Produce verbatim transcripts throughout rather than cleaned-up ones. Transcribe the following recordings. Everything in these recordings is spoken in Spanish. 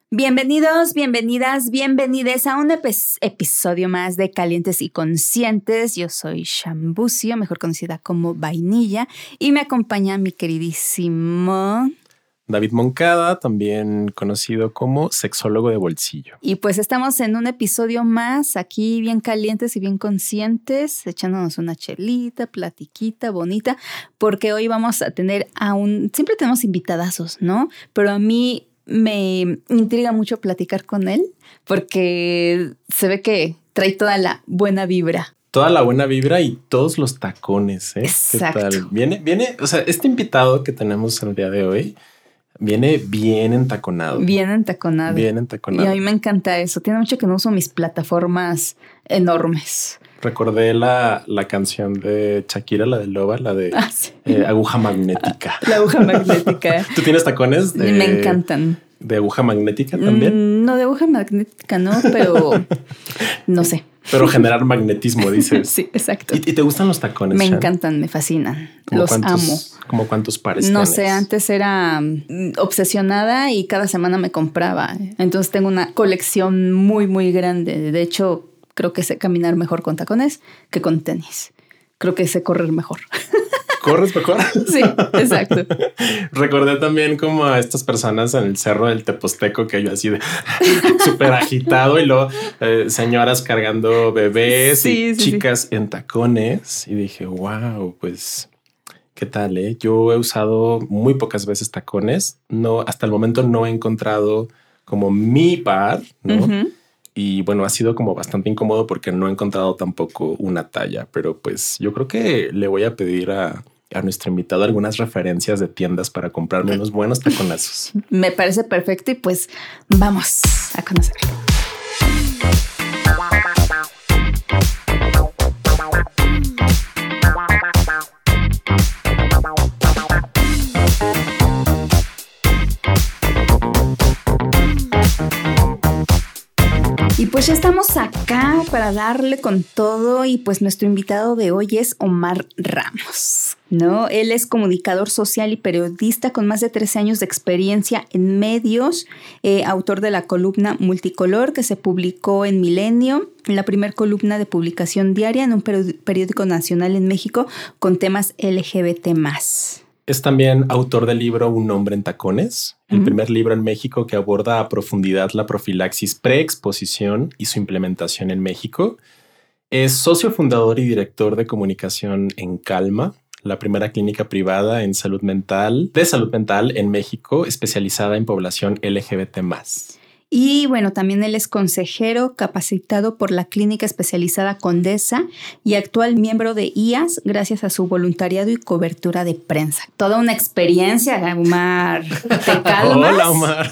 Bienvenidos, bienvenidas, bienvenides a un epi- episodio más de Calientes y Conscientes. Yo soy Shambucio, mejor conocida como Vainilla, y me acompaña mi queridísimo David Moncada, también conocido como sexólogo de bolsillo. Y pues estamos en un episodio más aquí bien calientes y bien conscientes, echándonos una chelita, platiquita bonita, porque hoy vamos a tener a un... Siempre tenemos invitadazos, ¿no? Pero a mí me intriga mucho platicar con él porque se ve que trae toda la buena vibra. Toda la buena vibra y todos los tacones, ¿eh? Exacto. ¿Qué tal? Viene, viene, o sea, este invitado que tenemos el día de hoy viene bien entaconado. Bien entaconado. Bien entaconado. Y a mí me encanta eso. Tiene mucho que no uso mis plataformas enormes. Recordé la, la canción de Shakira, la de Loba, la de ah, sí. eh, aguja magnética. La aguja magnética. ¿Tú tienes tacones? De, me encantan. ¿De aguja magnética también? Mm, no, de aguja magnética no, pero no sé. Pero generar magnetismo, dices. Sí, exacto. ¿Y, y te gustan los tacones? Me Shan? encantan, me fascinan. Los amo. ¿Cómo cuántos pares No tienes? sé, antes era mm, obsesionada y cada semana me compraba. Entonces tengo una colección muy, muy grande. De hecho, creo que sé caminar mejor con tacones que con tenis. Creo que sé correr mejor. ¿Corres mejor? Sí, exacto. Recordé también como a estas personas en el cerro del Teposteco que yo así de súper agitado y luego eh, señoras cargando bebés Sí, y sí, chicas sí. en tacones. Y dije, wow, pues qué tal, eh. Yo he usado muy pocas veces tacones. No, hasta el momento no he encontrado como mi par, ¿no? Uh-huh. Y bueno, ha sido como bastante incómodo porque no he encontrado tampoco una talla, pero pues yo creo que le voy a pedir a, a nuestro invitado algunas referencias de tiendas para comprarme unos buenos taconazos. Me parece perfecto y pues vamos a conocerlo. Y pues ya estamos acá para darle con todo y pues nuestro invitado de hoy es Omar Ramos, ¿no? Él es comunicador social y periodista con más de trece años de experiencia en medios, eh, autor de la columna Multicolor que se publicó en Milenio, la primer columna de publicación diaria en un periódico nacional en México con temas L G B T más. Es también autor del libro Un hombre en tacones, el uh-huh. primer libro en México que aborda a profundidad la profilaxis preexposición y su implementación en México. Es socio fundador y director de comunicación en Calma, la primera clínica privada en salud mental, de salud mental en México, especializada en población L G B T más. Y bueno, también él es consejero capacitado por la clínica especializada Condesa y actual miembro de I A S gracias a su voluntariado y cobertura de prensa. Toda una experiencia, Omar. ¿Te calmas? Hola, Omar.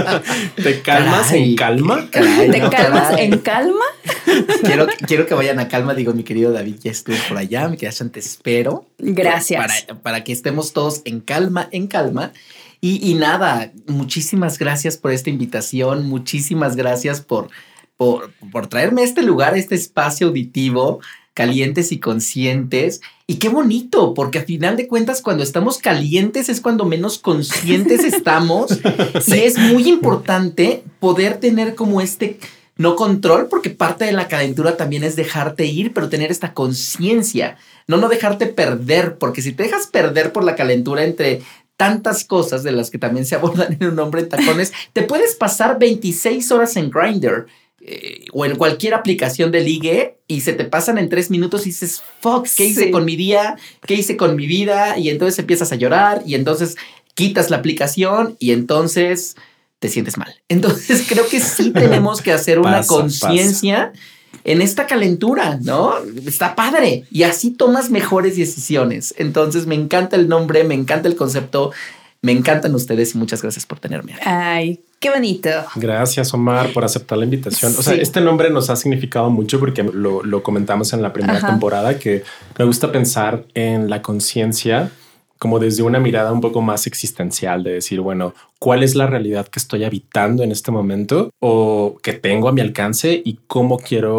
¿Te calmas caray, en calma? Caray, ¿Te no, calmas caray. en calma? Quiero, quiero que vayan a Calma. Digo, mi querido David ya estuvo por allá. Mi querida Shan, te espero. Gracias. Para, para que estemos todos en calma, en calma. Y, y nada, muchísimas gracias por esta invitación, muchísimas gracias por, por, por traerme a este lugar, a este espacio auditivo, calientes y conscientes. Y qué bonito, porque a final de cuentas cuando estamos calientes es cuando menos conscientes estamos. Sí. Y es muy importante poder tener como este... No control, porque parte de la calentura también es dejarte ir, pero tener esta conciencia, no no dejarte perder, porque si te dejas perder por la calentura entre tantas cosas de las que también se abordan en Un hombre en tacones, te puedes pasar veintiséis horas en Grindr eh, o en cualquier aplicación de ligue y se te pasan en tres minutos y dices, fuck, ¿qué hice sí. con mi día? ¿Qué hice con mi vida? Y entonces empiezas a llorar y entonces quitas la aplicación y entonces... te sientes mal. Entonces creo que sí tenemos que hacer una conciencia en esta calentura, ¿no? Está padre. Y así tomas mejores decisiones. Entonces me encanta el nombre, me encanta el concepto, me encantan ustedes y muchas gracias por tenerme. Ay, qué bonito. Gracias, Omar, por aceptar la invitación. O sea, sí. este nombre nos ha significado mucho porque lo, lo comentamos en la primera Ajá. temporada, que me gusta pensar en la conciencia como desde una mirada un poco más existencial de decir, bueno, ¿cuál es la realidad que estoy habitando en este momento o que tengo a mi alcance y cómo quiero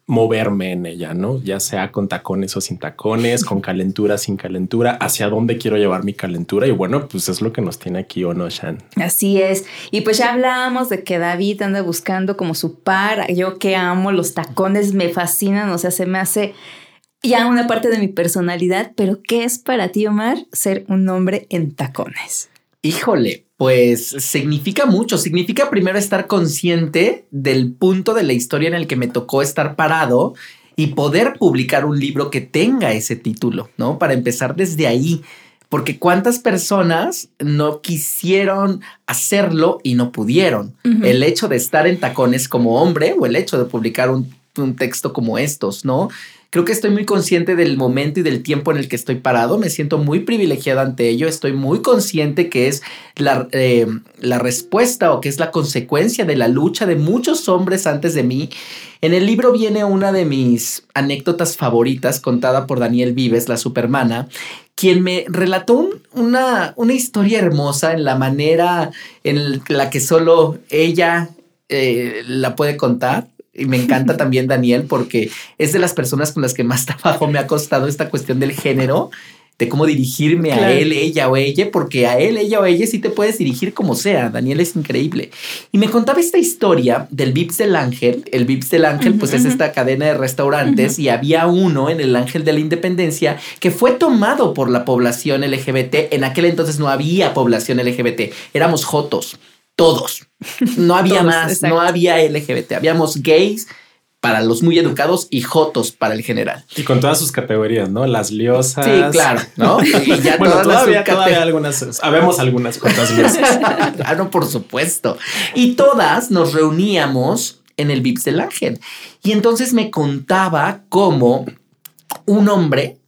moverme en ella, ¿no? Ya sea con tacones o sin tacones, con calentura, sin calentura, hacia dónde quiero llevar mi calentura. Y bueno, pues es lo que nos tiene aquí, ¿o no, Shan? Así es. Y pues ya hablábamos de que David anda buscando como su par. Yo que amo los tacones, me fascinan, o sea, se me hace ya una parte de mi personalidad. Pero ¿qué es para ti, Omar, ser un hombre en tacones? Híjole, pues significa mucho. Significa primero estar consciente del punto de la historia en el que me tocó estar parado y poder publicar un libro que tenga ese título, ¿no? Para empezar desde ahí, porque cuántas personas no quisieron hacerlo y no pudieron. Uh-huh. El hecho de estar en tacones como hombre o el hecho de publicar un, un texto como estos, ¿no? Creo que estoy muy consciente del momento y del tiempo en el que estoy parado. Me siento muy privilegiada ante ello. Estoy muy consciente que es la, eh, la respuesta o que es la consecuencia de la lucha de muchos hombres antes de mí. En el libro viene una de mis anécdotas favoritas contada por Danielle Vives, la Supermana, quien me relató un, una, una historia hermosa en la manera en la que solo ella eh, la puede contar. Y me encanta también Daniel porque es de las personas con las que más trabajo me ha costado esta cuestión del género, de cómo dirigirme claro. a él, ella o ella, porque a él, ella o ella sí te puedes dirigir como sea. Daniel es increíble. Y me contaba esta historia del Vips del Ángel. El Vips del Ángel, uh-huh, pues uh-huh. es esta cadena de restaurantes uh-huh. y había uno en el Ángel de la Independencia que fue tomado por la población L G B T. En aquel entonces no había población L G B T. Éramos jotos. Todos. No había Todos, más, exacto. no había L G B T. Habíamos gays para los muy educados y jotos para el general. Y con todas sus categorías, ¿no? Las liosas. Sí, claro, ¿no? Y ya bueno, todas todavía, las todavía algunas, habemos algunas cuantas liosas. Claro, por supuesto. Y todas nos reuníamos en el Vips del Ángel. Y entonces me contaba cómo un hombre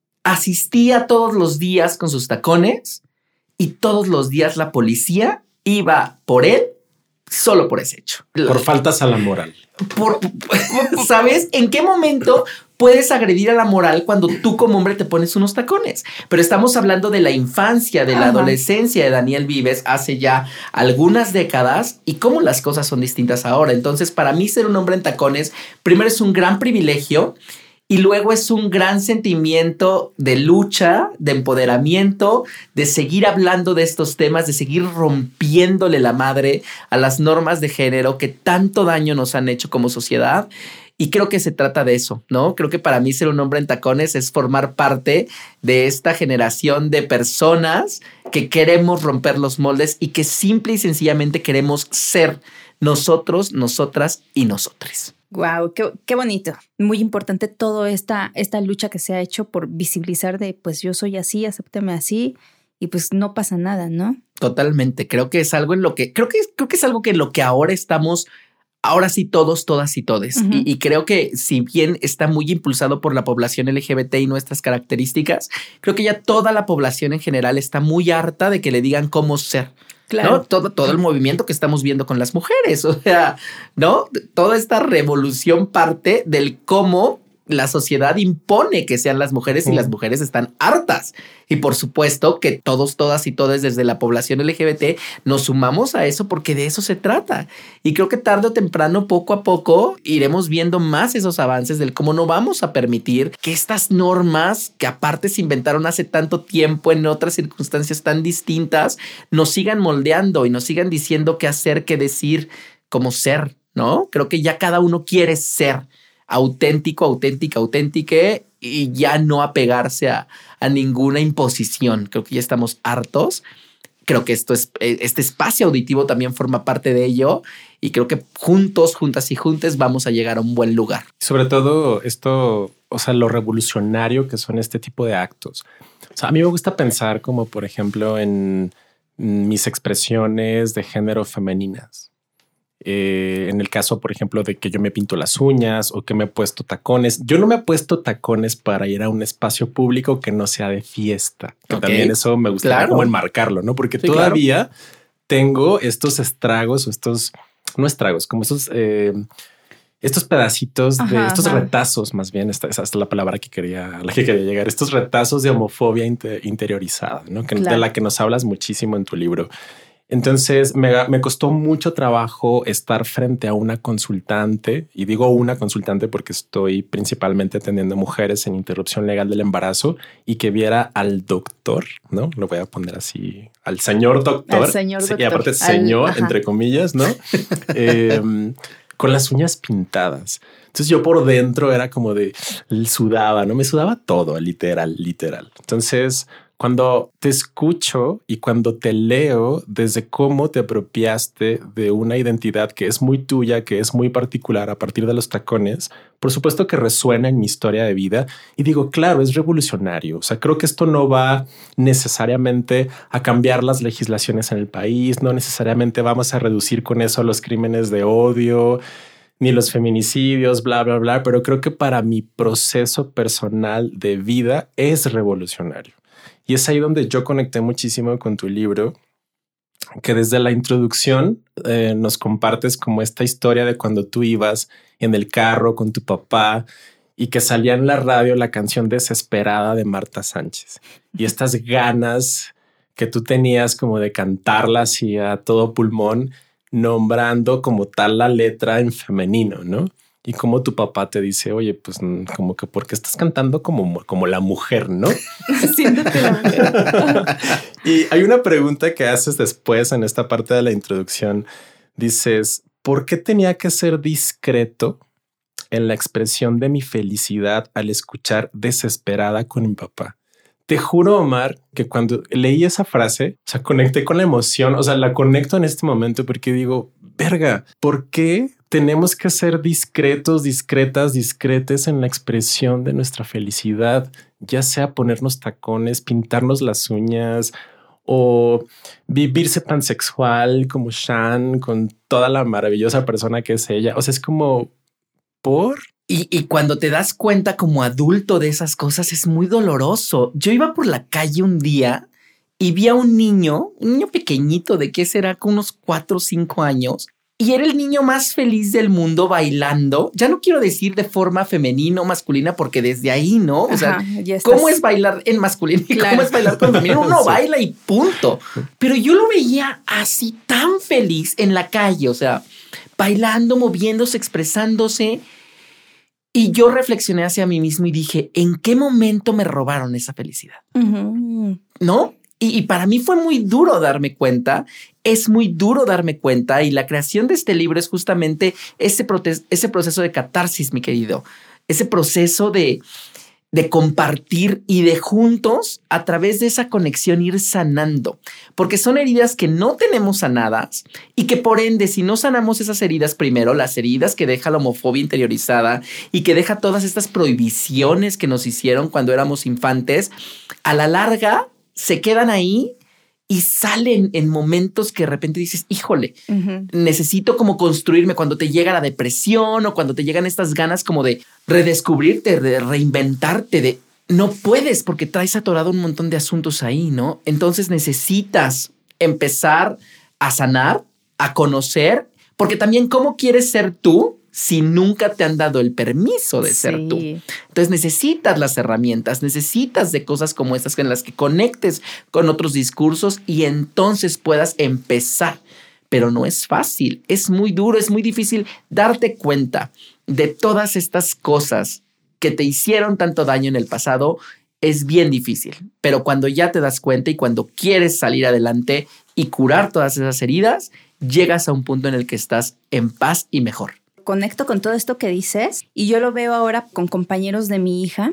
asistía todos los días con sus tacones y todos los días la policía iba por él solo por ese hecho. Por faltas a la moral. Por, ¿sabes? ¿En qué momento puedes agredir a la moral cuando tú como hombre te pones unos tacones? Pero estamos hablando de la infancia, de la Ajá. adolescencia de Danielle Vives hace ya algunas décadas y cómo las cosas son distintas ahora. Entonces, para mí ser un hombre en tacones, primero es un gran privilegio. Y luego es un gran sentimiento de lucha, de empoderamiento, de seguir hablando de estos temas, de seguir rompiéndole la madre a las normas de género que tanto daño nos han hecho como sociedad. Y creo que se trata de eso, ¿no? Creo que para mí ser un hombre en tacones es formar parte de esta generación de personas que queremos romper los moldes y que simple y sencillamente queremos ser nosotros, nosotras y nosotres. Wow, qué, qué bonito. Muy importante toda esta, esta lucha que se ha hecho por visibilizar de pues yo soy así, acéptame así y pues no pasa nada, ¿no? Totalmente. Creo que es algo en lo que, creo que, creo que es algo que en lo que ahora estamos, ahora sí todos, todas y todes. Uh-huh. Y, y creo que si bien está muy impulsado por la población L G B T y nuestras características, creo que ya toda la población en general está muy harta de que le digan cómo ser. Claro. ¿No? Todo, todo el movimiento que estamos viendo con las mujeres. O sea, ¿no? Toda esta revolución parte del cómo la sociedad impone que sean las mujeres y uh. las mujeres están hartas. Y por supuesto que todos, todas y todas desde la población L G B T nos sumamos a eso porque de eso se trata. Y creo que tarde o temprano, poco a poco, iremos viendo más esos avances del cómo no vamos a permitir que estas normas, que aparte se inventaron hace tanto tiempo en otras circunstancias tan distintas, nos sigan moldeando y nos sigan diciendo qué hacer, qué decir, cómo ser, ¿no? Creo que ya cada uno quiere ser auténtico, auténtica, auténtica y ya no apegarse a, a ninguna imposición. Creo que ya estamos hartos. Creo que esto es, este espacio auditivo también forma parte de ello y creo que juntos, juntas y juntes vamos a llegar a un buen lugar. Sobre todo esto, o sea, lo revolucionario que son este tipo de actos. O sea, a mí me gusta pensar como, por ejemplo, en mis expresiones de género femeninas. Eh, en el caso, por ejemplo, de que yo me pinto las uñas o que me he puesto tacones. Yo no me he puesto tacones para ir a un espacio público que no sea de fiesta. Que okay. También eso me gustaría claro. como enmarcarlo, ¿no? Porque sí, todavía claro. tengo estos estragos o estos, no estragos, como estos, eh, estos pedacitos ajá, de estos ajá. retazos, más bien, esta es hasta la palabra que quería, a la que quería llegar, estos retazos de homofobia inter, interiorizada, ¿no? Que, claro. De la que nos hablas muchísimo en tu libro. Entonces me, me costó mucho trabajo estar frente a una consultante, y digo una consultante porque estoy principalmente atendiendo mujeres en interrupción legal del embarazo, y que viera al doctor, ¿no? Lo voy a poner así, al señor doctor. Al señor doctor. Y aparte señor, al, entre comillas, ¿no? eh, con las uñas pintadas. Entonces yo por dentro era como de sudaba, no me sudaba todo, literal, literal. Entonces cuando te escucho y cuando te leo desde cómo te apropiaste de una identidad que es muy tuya, que es muy particular a partir de los tacones, por supuesto que resuena en mi historia de vida y digo, claro, es revolucionario. O sea, creo que esto no va necesariamente a cambiar las legislaciones en el país, no necesariamente vamos a reducir con eso los crímenes de odio, ni los feminicidios, bla, bla, bla, pero creo que para mi proceso personal de vida es revolucionario. Y es ahí donde yo conecté muchísimo con tu libro, que desde la introducción eh, nos compartes como esta historia de cuando tú ibas en el carro con tu papá y que salía en la radio la canción Desesperada de Marta Sánchez. Y estas ganas que tú tenías como de cantarla así a todo pulmón, nombrando como tal la letra en femenino, ¿no? Y como tu papá te dice, oye, pues como que porque estás cantando como, como la mujer, ¿no? Siéntate la mujer. Y hay una pregunta que haces después en esta parte de la introducción. Dices, ¿por qué tenía que ser discreto en la expresión de mi felicidad al escuchar Desesperada con mi papá? Te juro, Omar, que cuando leí esa frase, o sea, conecté con la emoción, o sea, la conecto en este momento porque digo, verga, ¿por qué tenemos que ser discretos, discretas, discretes en la expresión de nuestra felicidad? Ya sea ponernos tacones, pintarnos las uñas o vivirse pansexual como Shan con toda la maravillosa persona que es ella. O sea, es como por... Y, y cuando te das cuenta como adulto de esas cosas es muy doloroso. Yo iba por la calle un día y vi a un niño, un niño pequeñito de qué será, con unos cuatro o cinco años. Y era el niño más feliz del mundo bailando. Ya no quiero decir de forma femenina o masculina, porque desde ahí, ¿no? O sea, Ajá, ¿cómo es bailar en masculino y claro. cómo es bailar con femenino? Uno sí. baila y punto. Pero yo lo veía así tan feliz en la calle, o sea, bailando, moviéndose, expresándose. Y yo reflexioné hacia mí mismo y dije, ¿en qué momento me robaron esa felicidad? Uh-huh. ¿No? Y, y para mí fue muy duro darme cuenta, es muy duro darme cuenta, y la creación de este libro es justamente ese, prote- ese proceso de catarsis, mi querido, ese proceso de, de compartir y de juntos, a través de esa conexión, ir sanando, porque son heridas que no tenemos sanadas y que por ende, si no sanamos esas heridas primero, las heridas que deja la homofobia interiorizada y que deja todas estas prohibiciones que nos hicieron cuando éramos infantes, a la larga se quedan ahí y salen en momentos que de repente dices, híjole, uh-huh. necesito como construirme cuando te llega la depresión o cuando te llegan estas ganas como de redescubrirte, de reinventarte, de no puedes porque traes atorado un montón de asuntos ahí, ¿no? Entonces necesitas empezar a sanar, a conocer, porque también cómo quieres ser tú si nunca te han dado el permiso de sí. ser tú. Entonces necesitas las herramientas, necesitas de cosas como estas en las que conectes con otros discursos y entonces puedas empezar. Pero no es fácil, es muy duro, es muy difícil darte cuenta de todas estas cosas que te hicieron tanto daño en el pasado. Es bien difícil, pero cuando ya te das cuenta y cuando quieres salir adelante y curar todas esas heridas, llegas a un punto en el que estás en paz y mejor. Conecto con todo esto que dices y yo lo veo ahora con compañeros de mi hija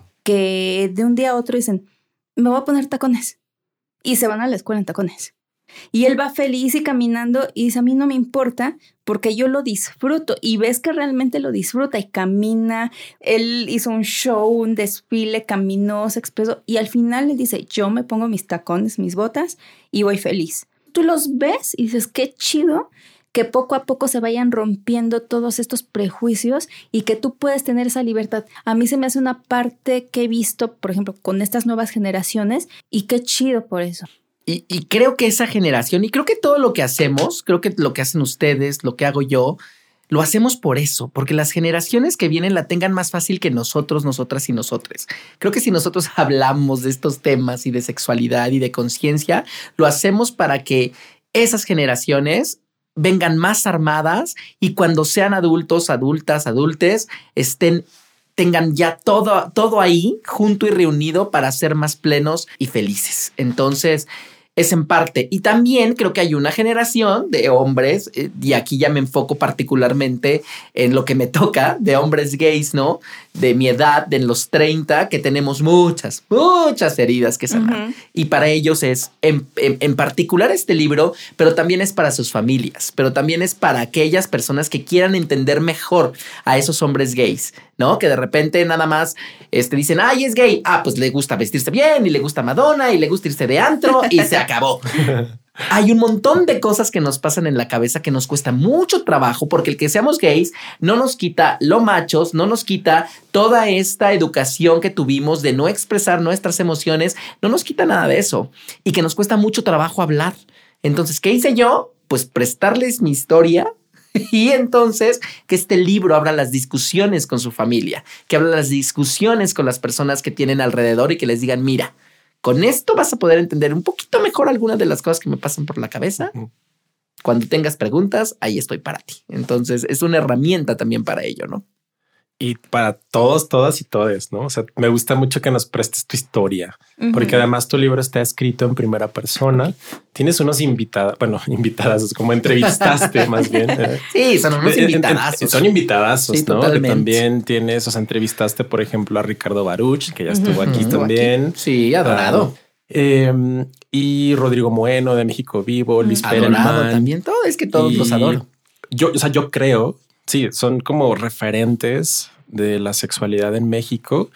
que de un día a otro dicen, me voy a poner tacones y se van a la escuela en tacones. Y él va feliz y caminando y dice, a mí no me importa porque yo lo disfruto, y ves que realmente lo disfruta y camina. Él hizo un show, un desfile, caminó, se expresó y al final él dice, yo me pongo mis tacones, mis botas y voy feliz. Tú los ves y dices, qué chido que poco a poco se vayan rompiendo todos estos prejuicios y que tú puedes tener esa libertad. A mí se me hace una parte que he visto, por ejemplo, con estas nuevas generaciones, y qué chido por eso. Y, y creo que esa generación, y creo que todo lo que hacemos, creo que lo que hacen ustedes, lo que hago yo, lo hacemos por eso, porque las generaciones que vienen la tengan más fácil que nosotros, nosotras y nosotres. Creo que si nosotros hablamos de estos temas y de sexualidad y de conciencia, lo hacemos para que esas generaciones vengan más armadas y cuando sean adultos, adultas, adultes, estén, tengan ya todo, todo ahí junto y reunido para ser más plenos y felices. Entonces, es en parte. Y también creo que hay una generación de hombres, eh, y aquí ya me enfoco particularmente en lo que me toca, de hombres gays, ¿no? De mi edad, de los treinta, que tenemos muchas, muchas heridas que sanar. Uh-huh. Y para ellos es en, en, en particular este libro, pero también es para sus familias, pero también es para aquellas personas que quieran entender mejor a esos hombres gays, ¿no? Que de repente nada más este, dicen, ay, es gay. Ah, pues le gusta vestirse bien y le gusta Madonna y le gusta irse de antro y se acabó. Hay un montón de cosas que nos pasan en la cabeza que nos cuesta mucho trabajo, porque el que seamos gays no nos quita lo machos, no nos quita toda esta educación que tuvimos de no expresar nuestras emociones, no nos quita nada de eso y que nos cuesta mucho trabajo hablar. Entonces, ¿qué hice yo? Pues prestarles mi historia. Y entonces que este libro abra las discusiones con su familia, que abra las discusiones con las personas que tienen alrededor y que les digan, mira, con esto vas a poder entender un poquito mejor algunas de las cosas que me pasan por la cabeza. Cuando tengas preguntas, ahí estoy para ti. Entonces es una herramienta también para ello, ¿no? Y para todos, todas y todes, ¿no? O sea, me gusta mucho que nos prestes tu historia, uh-huh. porque además tu libro está escrito en primera persona. Tienes unos invitados, bueno, invitadas, como entrevistaste más bien. ¿eh? Sí, son unos invitadazos. Son invitadazos, sí, ¿no? Totalmente. Que también tienes, o sea, entrevistaste, por ejemplo, a Ricardo Baruch, que ya estuvo uh-huh. aquí estuvo también. Aquí. Sí, adorado. Uh, eh, y Rodrigo Moeno de México Vivo, Luis Perelman. También todo, es que todos y los adoro. Yo, o sea, yo creo... Sí, son como referentes de la sexualidad en México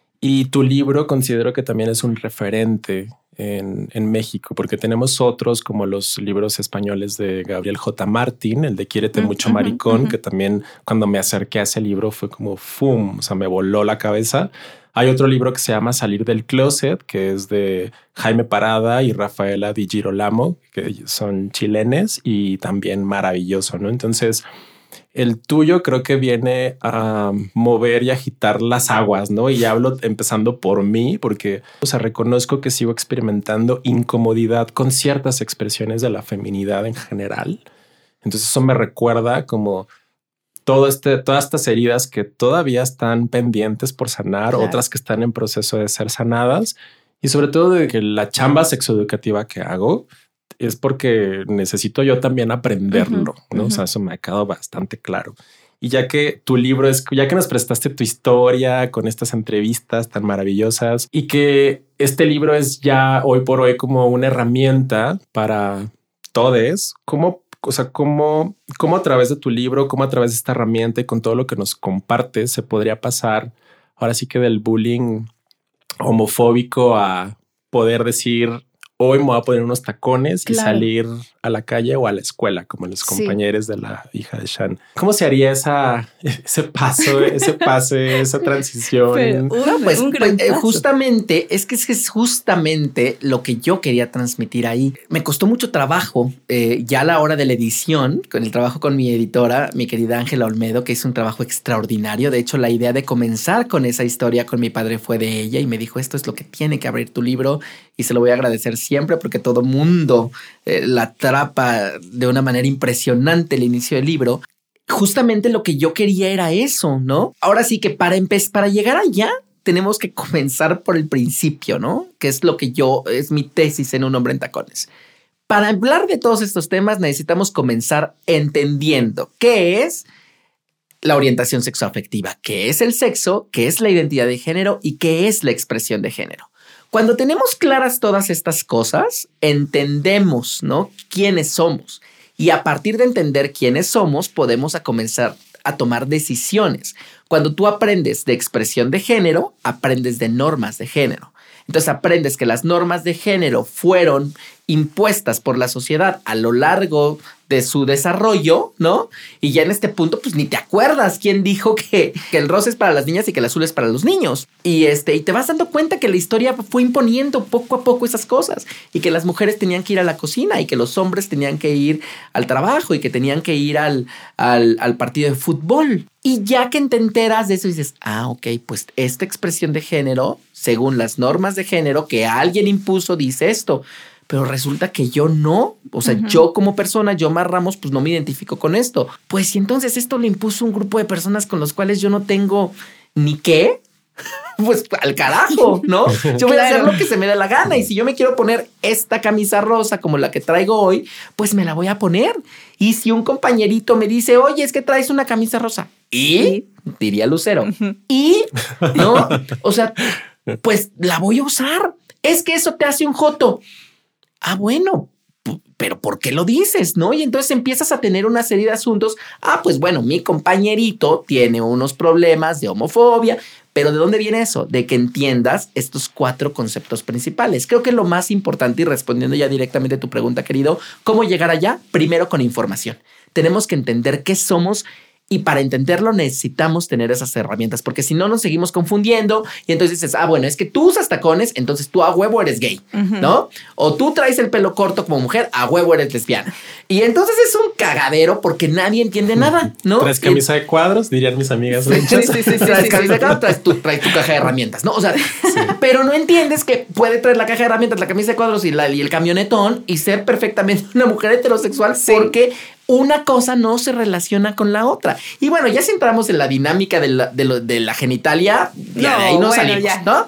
y tu libro considero que también es un referente en, en México porque tenemos otros como los libros españoles de Gabriel J. Martín, el de Quiérete uh-huh, mucho maricón, uh-huh. que también cuando me acerqué a ese libro fue como ¡fum! O sea, me voló la cabeza. Hay otro libro que se llama Salir del Closet, que es de Jaime Parada y Rafaela Di Girolamo, que son chilenes y también maravilloso, ¿no? Entonces... El tuyo creo que viene a mover y agitar las aguas, ¿no? Y hablo empezando por mí, porque, o sea, reconozco que sigo experimentando incomodidad con ciertas expresiones de la feminidad en general. Entonces eso me recuerda como todo este, todas estas heridas que todavía están pendientes por sanar, claro. otras que están en proceso de ser sanadas y sobre todo de que la chamba sexoeducativa que hago es porque necesito yo también aprenderlo, uh-huh, ¿no? Uh-huh. O sea, eso me ha quedado bastante claro. Y ya que tu libro es, ya que nos prestaste tu historia con estas entrevistas tan maravillosas y que este libro es ya hoy por hoy como una herramienta para todes, ¿cómo, o sea, cómo, cómo a través de tu libro, cómo a través de esta herramienta y con todo lo que nos compartes se podría pasar ahora sí que del bullying homofóbico a poder decir... Hoy me voy a poner unos tacones claro. y salir a la calle o a la escuela, como los compañeros sí. de la hija de Shan. ¿Cómo se haría esa, ese paso, ese pase, esa transición? Pero, no, pues, un gran pues justamente, es que es justamente lo que yo quería transmitir ahí. Me costó mucho trabajo, eh, ya a la hora de la edición, con el trabajo con mi editora, mi querida Ángela Olmedo, que hizo un trabajo extraordinario. De hecho, la idea de comenzar con esa historia con mi padre fue de ella y me dijo, esto es lo que tiene que abrir tu libro y se lo voy a agradecer siempre porque todo mundo eh, la atrapa de una manera impresionante el inicio del libro. Justamente lo que yo quería era eso, ¿no? Ahora sí que para empezar, para llegar allá tenemos que comenzar por el principio, ¿no? Que es lo que yo, es mi tesis en Un hombre en tacones. Para hablar de todos estos temas necesitamos comenzar entendiendo qué es la orientación sexoafectiva, qué es el sexo, qué es la identidad de género y qué es la expresión de género. Cuando tenemos claras todas estas cosas, entendemos, ¿no?, quiénes somos. Y a partir de entender quiénes somos, podemos a comenzar a tomar decisiones. Cuando tú aprendes de expresión de género, aprendes de normas de género. Entonces aprendes que las normas de género fueron impuestas por la sociedad a lo largo de su desarrollo, ¿no? Y ya en este punto, pues ni te acuerdas quién dijo que, que el rosa es para las niñas y que el azul es para los niños. Y, este, y te vas dando cuenta que la historia fue imponiendo poco a poco esas cosas y que las mujeres tenían que ir a la cocina y que los hombres tenían que ir al trabajo y que tenían que ir al, al, al partido de fútbol. Y ya que te enteras de eso dices, ah, ok, pues esta expresión de género, según las normas de género que alguien impuso, dice esto. pero resulta que yo no. O sea, uh-huh. yo como persona, yo Omar Ramos, pues no me identifico con esto. Pues y entonces esto le impuso un grupo de personas con los cuales yo no tengo ni qué. Pues al carajo, ¿no? Yo voy claro. a hacer lo que se me dé la gana. Y si yo me quiero poner esta camisa rosa como la que traigo hoy, pues me la voy a poner. Y si un compañerito me dice, oye, es que traes una camisa rosa. ¿Y? ¿Sí? Diría Lucero. Uh-huh. ¿Y? ¿No? O sea, pues la voy a usar. Es que eso te hace un joto. Ah, bueno, pero ¿por qué lo dices? ¿No? Y entonces empiezas a tener una serie de asuntos. Ah, pues bueno, mi compañerito tiene unos problemas de homofobia. Pero ¿de dónde viene eso? De que entiendas estos cuatro conceptos principales. Creo que lo más importante, y respondiendo ya directamente a tu pregunta, querido, ¿cómo llegar allá? Primero con información. Tenemos que entender qué somos. Y para entenderlo necesitamos tener esas herramientas, porque si no nos seguimos confundiendo y entonces dices, ah, bueno, es que tú usas tacones, entonces tú a huevo eres gay, uh-huh. ¿no? O tú traes el pelo corto como mujer, a huevo eres lesbiana. Y entonces es un cagadero porque nadie entiende nada, ¿no? Traes camisa de cuadros, dirían mis amigas. Sí, sí, sí, sí, traes camisa de cuadros, traes tu, traes tu caja de herramientas, ¿no? O sea, sí. pero no entiendes que puede traer la caja de herramientas, la camisa de cuadros y, la, y el camionetón y ser perfectamente una mujer heterosexual sí. porque una cosa no se relaciona con la otra. Y bueno, ya si entramos en la dinámica de la, de lo, de la genitalia, ya no, de ahí no bueno, salimos, ya. ¿no?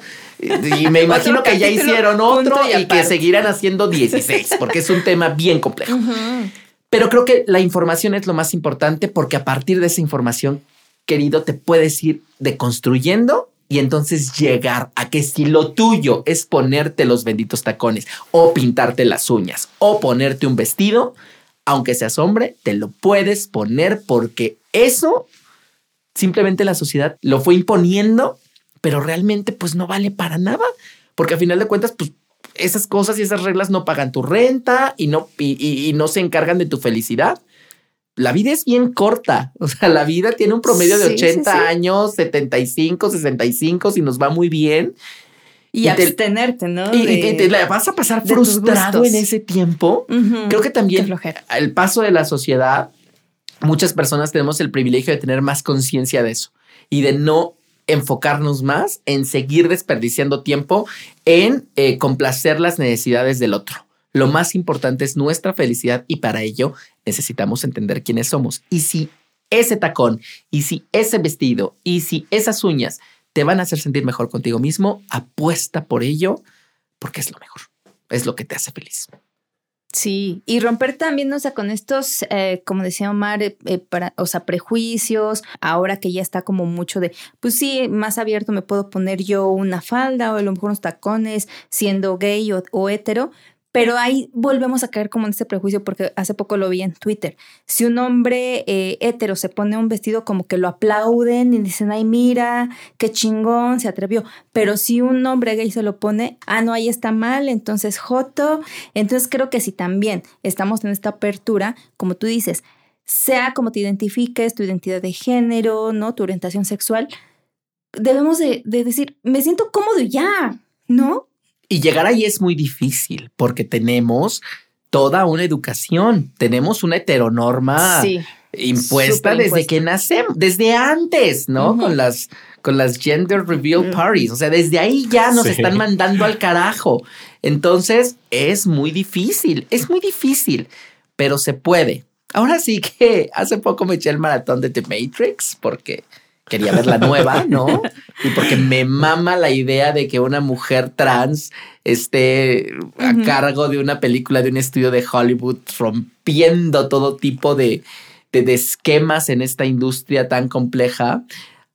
Y me imagino que ya hicieron otro y, y que seguirán haciendo dieciséis, porque es un tema bien complejo. Uh-huh. Pero creo que la información es lo más importante, porque a partir de esa información, querido, te puedes ir deconstruyendo y entonces llegar a que si lo tuyo es ponerte los benditos tacones o pintarte las uñas o ponerte un vestido, aunque seas hombre, te lo puedes poner porque eso simplemente la sociedad lo fue imponiendo, pero realmente pues no vale para nada, porque al final de cuentas pues esas cosas y esas reglas no pagan tu renta y no, y, y, y no se encargan de tu felicidad. La vida es bien corta, o sea, la vida tiene un promedio de sí, ochenta sí, sí. años, setenta y cinco, sesenta y cinco si nos va muy bien. Y, y abstenerte, ¿no? Y, de, y te la vas a pasar frustrado en ese tiempo. Uh-huh. Creo que también el paso de la sociedad, muchas personas tenemos el privilegio de tener más conciencia de eso y de no enfocarnos más en seguir desperdiciando tiempo en eh, complacer las necesidades del otro. Lo más importante es nuestra felicidad y para ello necesitamos entender quiénes somos. Y si ese tacón, y si ese vestido, y si esas uñas te van a hacer sentir mejor contigo mismo, apuesta por ello, porque es lo mejor, es lo que te hace feliz. Sí, y romper también, o sea, con estos, eh, como decía Omar, eh, para, o sea, prejuicios, ahora que ya está como mucho de, pues sí, más abierto me puedo poner yo una falda o a lo mejor unos tacones siendo gay o, o hetero, pero ahí volvemos a caer como en este prejuicio porque hace poco lo vi en Twitter. Si un hombre eh, hetero se pone un vestido como que lo aplauden y dicen, ay, mira, qué chingón, se atrevió. Pero si un hombre gay se lo pone, ah, no, ahí está mal, entonces joto. Entonces creo que si también estamos en esta apertura, como tú dices, sea como te identifiques, tu identidad de género, ¿no? Tu orientación sexual, debemos de, de decir, me siento cómodo ya, ¿no? Y llegar ahí es muy difícil porque tenemos toda una educación, tenemos una heteronorma sí, impuesta desde impuesta. que nacemos, desde antes, ¿no? Uh-huh. Con las, con las gender reveal uh-huh. parties, o sea, desde ahí ya nos sí. están mandando al carajo. Entonces es muy difícil, es muy difícil, pero se puede. Ahora sí que hace poco me eché el maratón de The Matrix porque quería ver la nueva, ¿no? Y porque me mama la idea de que una mujer trans esté a uh-huh. cargo de una película de un estudio de Hollywood rompiendo todo tipo de, de, de esquemas en esta industria tan compleja.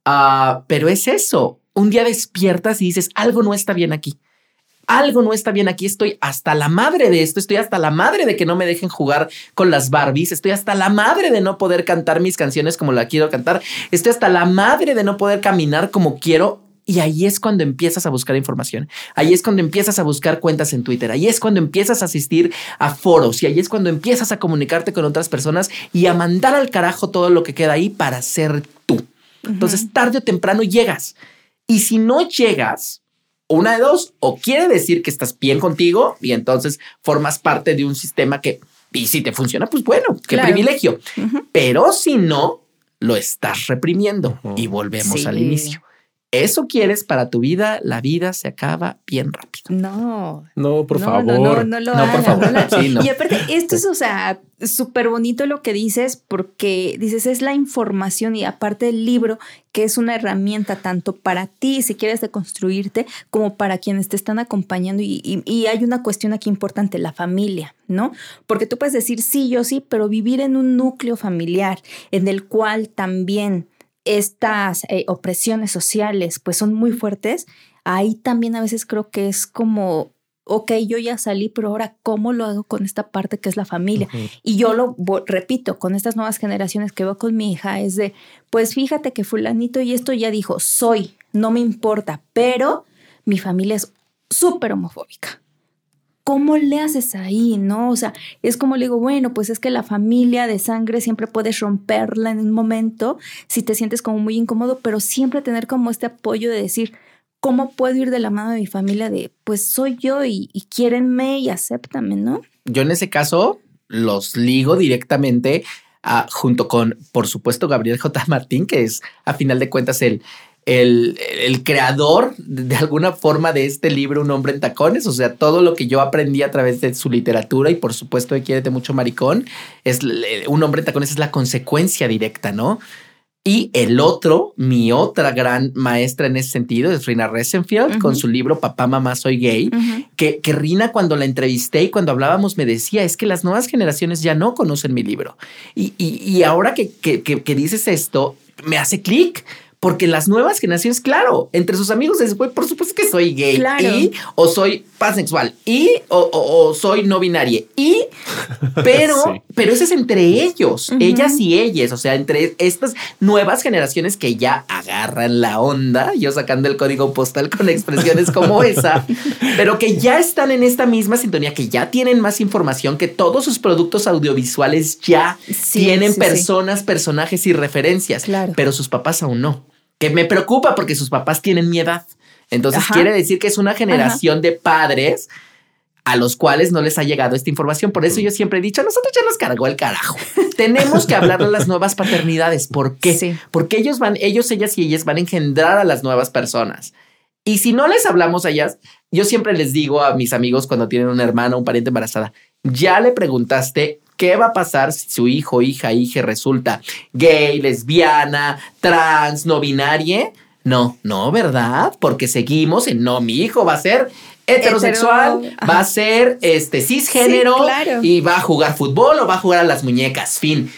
Uh, pero es eso. Un día despiertas y dices, algo no está bien aquí. Algo no está bien aquí, estoy hasta la madre de esto, estoy hasta la madre de que no me dejen jugar con las Barbies, estoy hasta la madre de no poder cantar mis canciones como la quiero cantar, estoy hasta la madre de no poder caminar como quiero. Y ahí es cuando empiezas a buscar información, ahí es cuando empiezas a buscar cuentas en Twitter, ahí es cuando empiezas a asistir a foros y ahí es cuando empiezas a comunicarte con otras personas y a mandar al carajo todo lo que queda ahí para ser tú. Uh-huh. Entonces tarde o temprano llegas y si no llegas, una de dos, o quiere decir que estás bien contigo y entonces formas parte de un sistema que, y si te funciona, pues bueno, qué claro. privilegio. Uh-huh. Pero si no, lo estás reprimiendo uh-huh. y volvemos sí. al inicio. Eso quieres para tu vida, la vida se acaba bien rápido. poquito. No. No, por no, favor. No, no, no lo No, hagan, por favor. no lo hagan. Sí, no. Y aparte, esto es, o sea, súper bonito lo que dices, porque dices, es la información y aparte del libro, que es una herramienta tanto para ti, si quieres deconstruirte, como para quienes te están acompañando. Y, y, y hay una cuestión aquí importante, la familia, ¿no? Porque tú puedes decir, sí, yo sí, pero vivir en un núcleo familiar en el cual también estas eh, opresiones sociales pues son muy fuertes, ahí también a veces creo que es como, ok, yo ya salí, pero ahora ¿cómo lo hago con esta parte que es la familia? Uh-huh. Y yo lo repito, con estas nuevas generaciones que veo con mi hija, es de, pues fíjate que fulanito y esto ya dijo, soy, no me importa, pero mi familia es súper homofóbica. ¿Cómo le haces ahí, no? O sea, es como le digo, bueno, pues es que la familia de sangre siempre puedes romperla en un momento si te sientes como muy incómodo, pero siempre tener como este apoyo de decir, ¿cómo puedo ir de la mano de mi familia de, pues soy yo y, y quiérenme y acéptame, ¿no? Yo en ese caso los ligo directamente a, junto con, por supuesto, Gabriel J. Martín, que es a final de cuentas el... El, el creador de alguna forma de este libro, Un hombre en tacones, o sea, todo lo que yo aprendí a través de su literatura y por supuesto de Quiérete mucho, maricón, es Un hombre en tacones es la consecuencia directa, ¿no? Y el otro, mi otra gran maestra en ese sentido es Rina Reisenfeld, uh-huh. con su libro Papá, Mamá, Soy Gay, uh-huh. que, que Rina cuando la entrevisté y cuando hablábamos me decía, es que las nuevas generaciones ya no conocen mi libro. Y, y, y ahora que, que, que, que dices esto, me hace clic. Porque las nuevas generaciones, claro, entre sus amigos es, por supuesto que soy gay, claro. y, o soy pansexual, y, o, o, o soy no binaria, y, pero, sí. pero eso es entre ellos, uh-huh. ellas y ellas, o sea, entre estas nuevas generaciones que ya agarran la onda, yo sacando el código postal con expresiones como esa, pero que ya están en esta misma sintonía, que ya tienen más información, que todos sus productos audiovisuales ya sí, tienen sí, personas, sí. personajes y referencias, claro. pero sus papás aún no. Que me preocupa porque sus papás tienen mi edad. Entonces Ajá. quiere decir que es una generación Ajá. de padres a los cuales no les ha llegado esta información. Por eso yo siempre he dicho, a nosotros ya nos cargó el carajo. Tenemos que hablarle a las nuevas paternidades. ¿Por qué? Sí. Porque ellos van, ellos, ellas y ellas van a engendrar a las nuevas personas. Y si no les hablamos a ellas, yo siempre les digo a mis amigos cuando tienen una hermana o un pariente embarazada, ya le preguntaste ¿qué va a pasar si su hijo, hija, hija resulta gay, lesbiana, trans, no binaria? No, no, ¿verdad? Porque seguimos en no, mi hijo va a ser heterosexual, Hetero, va a ser este cisgénero sí, claro. y va a jugar fútbol o va a jugar a las muñecas, fin.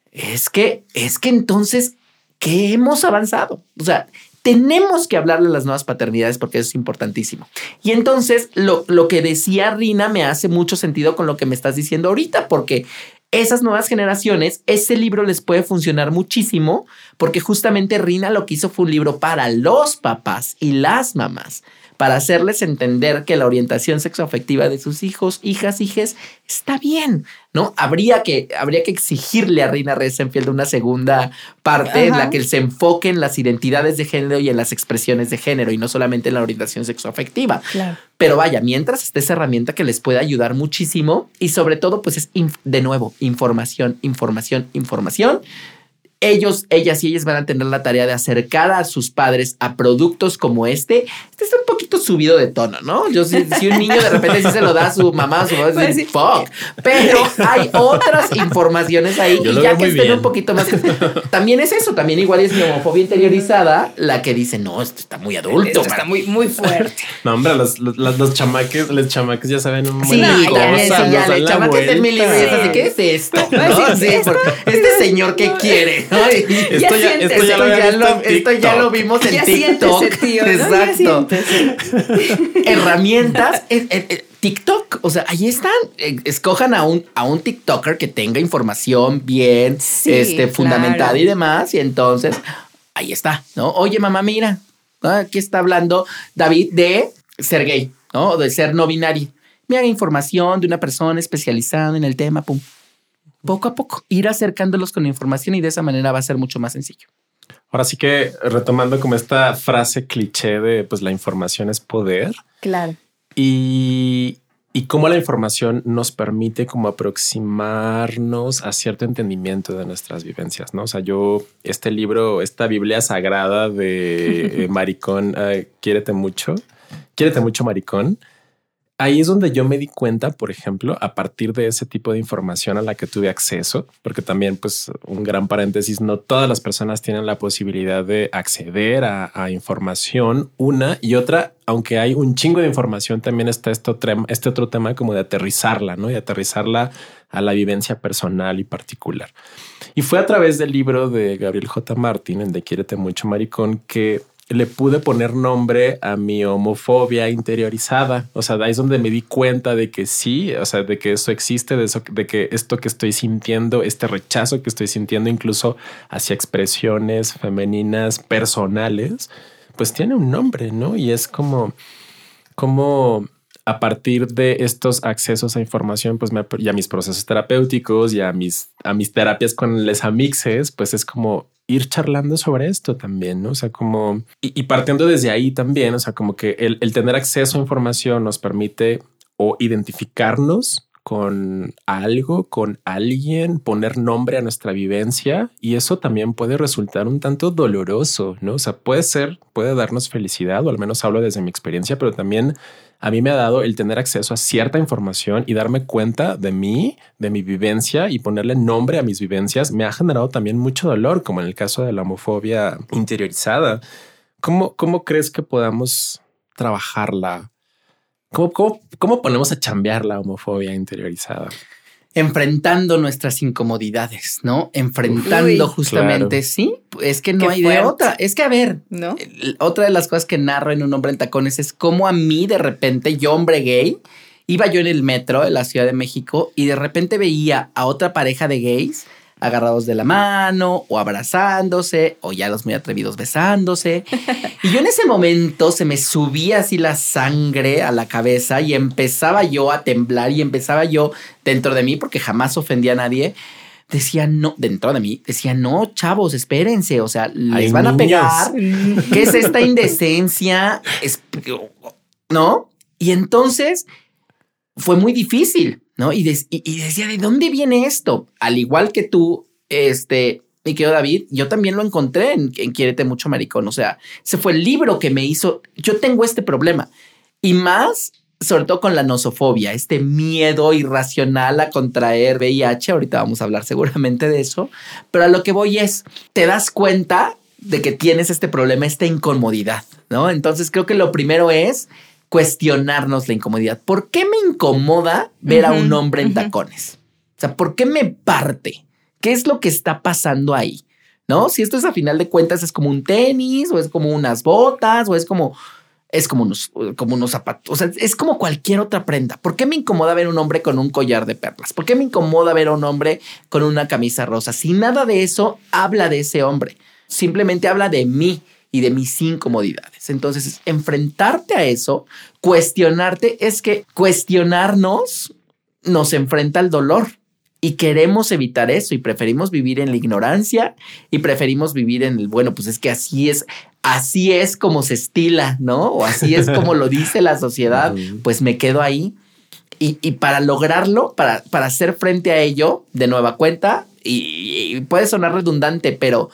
Es que, es que entonces, ¿qué hemos avanzado? O sea, tenemos que hablarle a las nuevas paternidades porque eso es importantísimo. Y entonces lo, lo que decía Rina me hace mucho sentido con lo que me estás diciendo ahorita, porque esas nuevas generaciones, ese libro les puede funcionar muchísimo, porque justamente Rina lo que hizo fue un libro para los papás y las mamás, para hacerles entender que la orientación sexoafectiva de sus hijos, hijas, hijes, está bien, ¿no? Habría que, habría que exigirle a Rina Reisenfeld una segunda parte Ajá. en la que se enfoque en las identidades de género y en las expresiones de género y no solamente en la orientación sexoafectiva. Claro. Pero vaya, mientras esté esa herramienta que les puede ayudar muchísimo y sobre todo, pues es, inf- de nuevo, información, información, información. Ellos, ellas y ellas van a tener la tarea de acercar a sus padres a productos como este. Este está un poquito subido de tono, ¿no? Yo si, si un niño de repente sí se lo da a su mamá, a su mamá, pues decir, sí. fuck. Pero hay otras informaciones ahí Yo y ya que estén bien. un poquito más. También es eso, también igual es mi homofobia interiorizada la que dice, no, esto está muy adulto. Esto está muy, muy fuerte. No, hombre, los, los, los chamaques, los chamaques ya saben un sí, montón de cosas. Sí, ya, le chamaques en mi libro y así, ¿qué es esto? ¿No? Sí, este señor, ¿qué quiere? Ay, esto, ya, ya, esto, ya, ya lo, esto ya lo vimos en ya TikTok. Siéntese, tío, ¿no? Exacto. Herramientas. eh, eh, TikTok, o sea, ahí están. Eh, escojan a un, a un TikToker que tenga información bien sí, este, claro. fundamentada y demás. Y entonces, ahí está, ¿no? Oye, mamá, mira, ¿no? Aquí está hablando David de ser gay, ¿no? O de ser no binario. Mira, información de una persona especializada en el tema, pum. Poco a poco, ir acercándolos con la información y de esa manera va a ser mucho más sencillo. Ahora sí que retomando como esta frase cliché de pues la información es poder. Claro. Y, y cómo la información nos permite como aproximarnos a cierto entendimiento de nuestras vivencias, ¿no? O sea, yo, este libro, esta Biblia sagrada de eh, Maricón, uh, Quiérete mucho, Quiérete mucho, maricón. Ahí es donde yo me di cuenta, por ejemplo, a partir de ese tipo de información a la que tuve acceso, porque también, pues, un gran paréntesis, no todas las personas tienen la posibilidad de acceder a, a información, una y otra, aunque hay un chingo de información, también está este otro, este otro tema como de aterrizarla, ¿no? Y aterrizarla a la vivencia personal y particular. Y fue a través del libro de Gabriel J. Martin, el de Quiérete mucho, maricón, que le pude poner nombre a mi homofobia interiorizada. O sea, ahí es donde me di cuenta de que sí, o sea, de que eso existe, de eso, de que esto que estoy sintiendo, este rechazo que estoy sintiendo incluso hacia expresiones femeninas personales, pues tiene un nombre, ¿no? Y es como, como a partir de estos accesos a información, pues me, y a mis procesos terapéuticos y a mis, a mis terapias con les amixes, pues es como ir charlando sobre esto también, ¿no? O sea, como, y, y partiendo desde ahí también, o sea, como que el, el tener acceso a información nos permite o identificarnos con algo, con alguien, poner nombre a nuestra vivencia, y eso también puede resultar un tanto doloroso, ¿no? O sea, puede ser, puede darnos felicidad, o al menos hablo desde mi experiencia, pero también a mí me ha dado el tener acceso a cierta información y darme cuenta de mí, de mi vivencia y ponerle nombre a mis vivencias. Me ha generado también mucho dolor, como en el caso de la homofobia interiorizada. ¿Cómo, cómo crees que podamos trabajarla? ¿Cómo, cómo, cómo ponemos a chambear la homofobia interiorizada? Enfrentando nuestras incomodidades, ¿no? Enfrentando Uy, justamente, claro. Sí, es que no Qué hay fuerte. De otra. Es que, a ver, ¿no? Otra de las cosas que narro en Un hombre en tacones es cómo a mí de repente, yo hombre gay, iba yo en el metro de la Ciudad de México y de repente veía a otra pareja de gays agarrados de la mano o abrazándose o ya los muy atrevidos besándose. Y yo en ese momento se me subía así la sangre a la cabeza y empezaba yo a temblar y empezaba yo dentro de mí, porque jamás ofendía a nadie. Decía no, dentro de mí, decía no, chavos, espérense, o sea, les Ay, van niños. a pegar. ¿Qué es esta indecencia? Es, ¿no? Y entonces fue muy difícil, ¿no? Y, de, y, y decía, ¿de dónde viene esto? Al igual que tú, este, mi querido David, yo también lo encontré en, en Quiérete mucho, maricón. O sea, ese fue el libro que me hizo. Yo tengo este problema y más, sobre todo con la nosofobia, este miedo irracional a contraer V I H. Ahorita vamos a hablar seguramente de eso, pero a lo que voy es, te das cuenta de que tienes este problema, esta incomodidad, ¿no? Entonces creo que lo primero es cuestionarnos la incomodidad. ¿Por qué me incomoda ver uh-huh, a un hombre en uh-huh. tacones? O sea, ¿por qué me parte? ¿Qué es lo que está pasando ahí? ¿No? Si esto es a final de cuentas es como un tenis o es como unas botas o es como es como unos, como unos zapatos. O sea, es como cualquier otra prenda. ¿Por qué me incomoda ver a un hombre con un collar de perlas? ¿Por qué me incomoda ver a un hombre con una camisa rosa? Si nada de eso habla de ese hombre, simplemente habla de mí y de mis incomodidades. Entonces, enfrentarte a eso, cuestionarte, es que cuestionarnos nos enfrenta al dolor y queremos evitar eso y preferimos vivir en la ignorancia y preferimos vivir en el, bueno, pues es que así es, así es como se estila, ¿no? O así es como lo dice la sociedad, pues me quedo ahí. Y, y para lograrlo, para, para hacer frente a ello, de nueva cuenta, y, y puede sonar redundante, pero,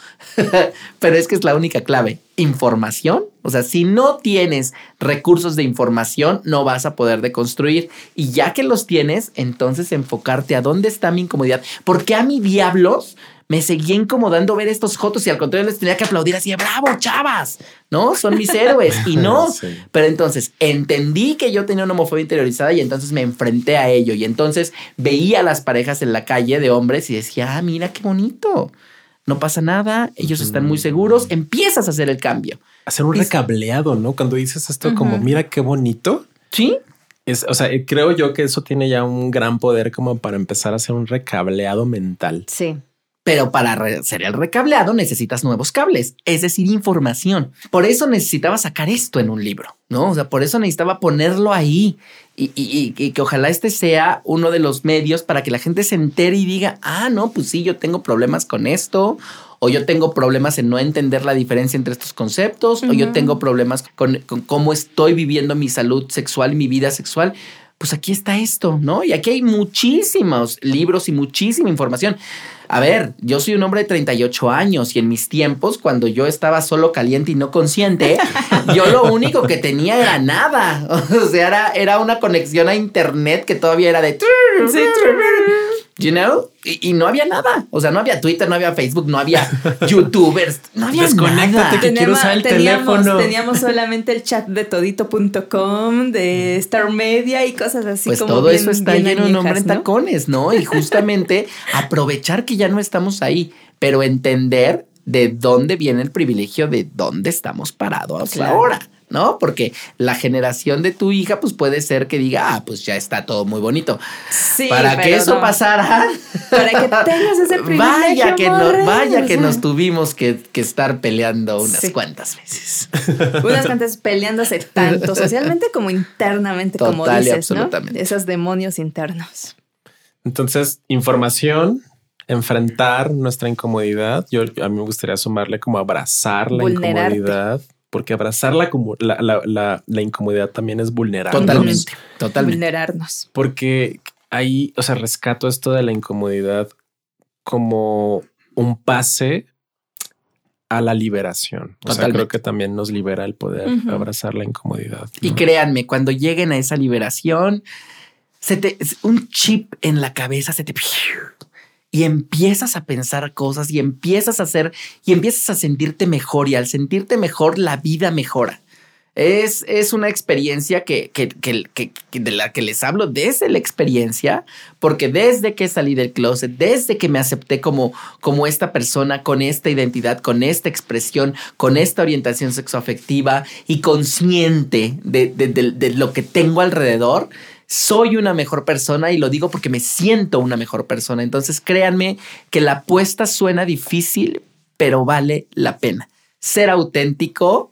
pero es que es la única clave. Información. O sea, si no tienes recursos de información, no vas a poder deconstruir. Y ya que los tienes, entonces enfocarte a dónde está mi incomodidad. ¿Por qué a mi diablos me seguía incomodando ver estos jotos y al contrario les tenía que aplaudir así de bravo, chavas, ¿no? Son mis héroes y no. Sí. Pero entonces entendí que yo tenía una homofobia interiorizada y entonces me enfrenté a ello y entonces veía a las parejas en la calle de hombres y decía, ah, mira qué bonito. No pasa nada, ellos están muy seguros, empiezas a hacer el cambio. Hacer un recableado, ¿no? Cuando dices esto uh-huh. como, mira qué bonito. Sí. Es, o sea, creo yo que eso tiene ya un gran poder como para empezar a hacer un recableado mental. Sí. Pero para hacer el recableado necesitas nuevos cables, es decir, información. Por eso necesitaba sacar esto en un libro, ¿no? O sea, por eso necesitaba ponerlo ahí y, y, y que ojalá este sea uno de los medios para que la gente se entere y diga, ah, no, pues sí, yo tengo problemas con esto, o yo tengo problemas en no entender la diferencia entre estos conceptos, uh-huh. o yo tengo problemas con, con cómo estoy viviendo mi salud sexual y mi vida sexual. pues aquí está esto, ¿no? Y aquí hay muchísimos libros y muchísima información. A ver, yo soy un hombre de treinta y ocho años y en mis tiempos, cuando yo estaba solo caliente y no consciente, yo lo único que tenía era nada. O sea, era, era una conexión a internet que todavía era de... Sí, you know? Y, y no había nada. O sea, no había Twitter, no había Facebook, no había YouTubers, no había Desconéctate nada. que Tenemos, quiero usar el teníamos, teléfono. Teníamos solamente el chat de todito punto com, de Star Media y cosas así. Pues como todo bien, eso está bien lleno de nombre en ¿no? tacones, ¿no? Y justamente aprovechar que ya no estamos ahí, pero entender de dónde viene el privilegio, de dónde estamos parados Claro. ahora, ¿no? Porque la generación de tu hija, pues puede ser que diga, ah, pues ya está todo muy bonito. Sí, Para que pero eso no. pasara, Para que tengas ese privilegio. vaya que, no, morra, vaya o que sea, nos tuvimos que, que estar peleando unas Sí. cuantas veces. Unas cuantas peleándose tanto socialmente como internamente, como Total y dices, absolutamente. ¿no? Esos demonios internos. Entonces, información, enfrentar nuestra incomodidad. Yo a mí me gustaría sumarle como abrazar la Vulnerarte. incomodidad, porque abrazar la, comu- la, la, la, la incomodidad también es vulnerable. Totalmente, totalmente. Vulnerarnos. Porque ahí, o sea, rescato esto de la incomodidad como un pase a la liberación. O sea, Totalmente. creo que también nos libera el poder Ujú. abrazar la incomodidad, Y ¿no? créanme, cuando lleguen a esa liberación, se te, un chip en la cabeza se te... Y empiezas a pensar cosas y empiezas a hacer y empiezas a sentirte mejor, y al sentirte mejor la vida mejora. Es, es una experiencia que, que, que, que, que de la que les hablo desde la experiencia, porque desde que salí del closet, desde que me acepté como, como esta persona con esta identidad, con esta expresión, con esta orientación sexoafectiva y consciente de, de, de, de lo que tengo alrededor, soy una mejor persona, y lo digo porque me siento una mejor persona. Entonces créanme que la apuesta suena difícil, pero vale la pena. Ser auténtico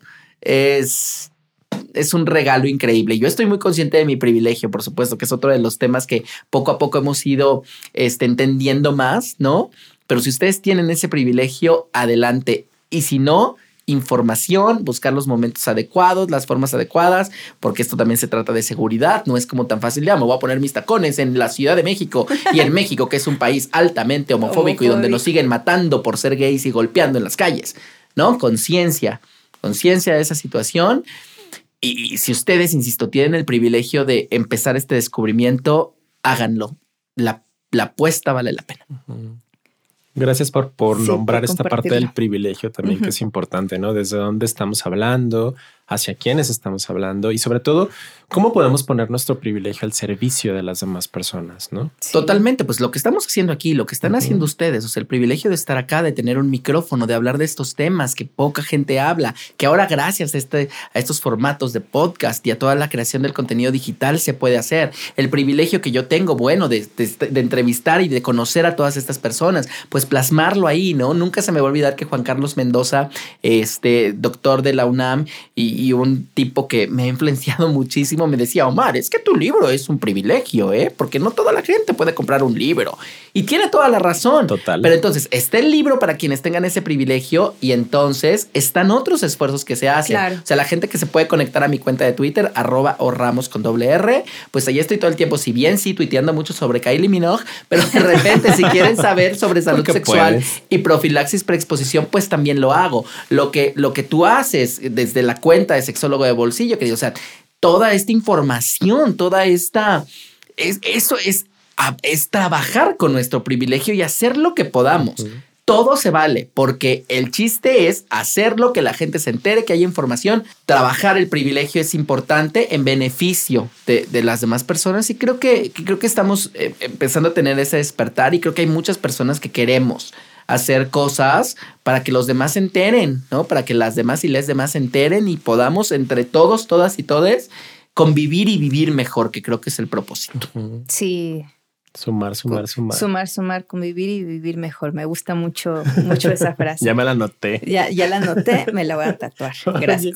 es, es un regalo increíble. Yo estoy muy consciente de mi privilegio, por supuesto, que es otro de los temas que poco a poco hemos ido este, entendiendo más, ¿no? Pero si ustedes tienen ese privilegio, adelante. Y si no, información, buscar los momentos adecuados, las formas adecuadas, porque esto también se trata de seguridad. No es como tan fácil, ya me voy a poner mis tacones en la Ciudad de México y en México, que es un país altamente homofóbico, homofóbico. Y donde nos siguen matando por ser gays y golpeando en las calles, ¿no? Conciencia, conciencia de esa situación. Y, y si ustedes, insisto, tienen el privilegio de empezar este descubrimiento, háganlo. La, la apuesta vale la pena. Uh-huh. Gracias por, por sí, nombrar por esta parte del privilegio también, uh-huh. que es importante, ¿no? Desde dónde estamos hablando, hacia quiénes estamos hablando y sobre todo, cómo podemos poner nuestro privilegio al servicio de las demás personas, ¿no? Sí. Totalmente, pues lo que estamos haciendo aquí, lo que están uh-huh. haciendo ustedes, o sea, el privilegio de estar acá, de tener un micrófono, de hablar de estos temas que poca gente habla, que ahora gracias a, este, a estos formatos de podcast y a toda la creación del contenido digital se puede hacer. El privilegio que yo tengo, bueno, de, de, de entrevistar y de conocer a todas estas personas, pues plasmarlo ahí, ¿no? Nunca se me va a olvidar que Juan Carlos Mendoza, este doctor de la UNAM y, y un tipo que me ha influenciado muchísimo, me decía, Omar, es que tu libro es un privilegio, ¿eh? Porque no toda la gente puede comprar un libro. Y tiene toda la razón. Total. Pero entonces está el libro para quienes tengan ese privilegio y entonces están otros esfuerzos que se hacen. Claro. O sea, la gente que se puede conectar a mi cuenta de Twitter, arroba o Ramos con doble R, pues ahí estoy todo el tiempo, si bien sí tuiteando mucho sobre Kylie Minogue, pero de repente si quieren saber sobre salud sexual puedes. Y profilaxis preexposición, pues también lo hago. Lo que, lo que tú haces desde la cuenta de Sexólogo de Bolsillo, que o sea, toda esta información, toda esta... Es, eso es, es trabajar con nuestro privilegio y hacer lo que podamos. Uh-huh. Todo se vale, porque el chiste es hacerlo, que la gente se entere, que haya información. Trabajar el privilegio es importante en beneficio de, de las demás personas y creo que, que, creo que estamos eh, empezando a tener ese despertar y creo que hay muchas personas que queremos hacer cosas para que los demás se enteren, ¿no? Para que las demás y las demás se enteren y podamos entre todos, todas y todes convivir y vivir mejor, que creo que es el propósito. Uh-huh. Sí. Sumar, sumar, sumar. Sumar, sumar, convivir y vivir mejor. Me gusta mucho, mucho esa frase. Ya me la anoté. Ya, ya la anoté, me la voy a tatuar. Gracias.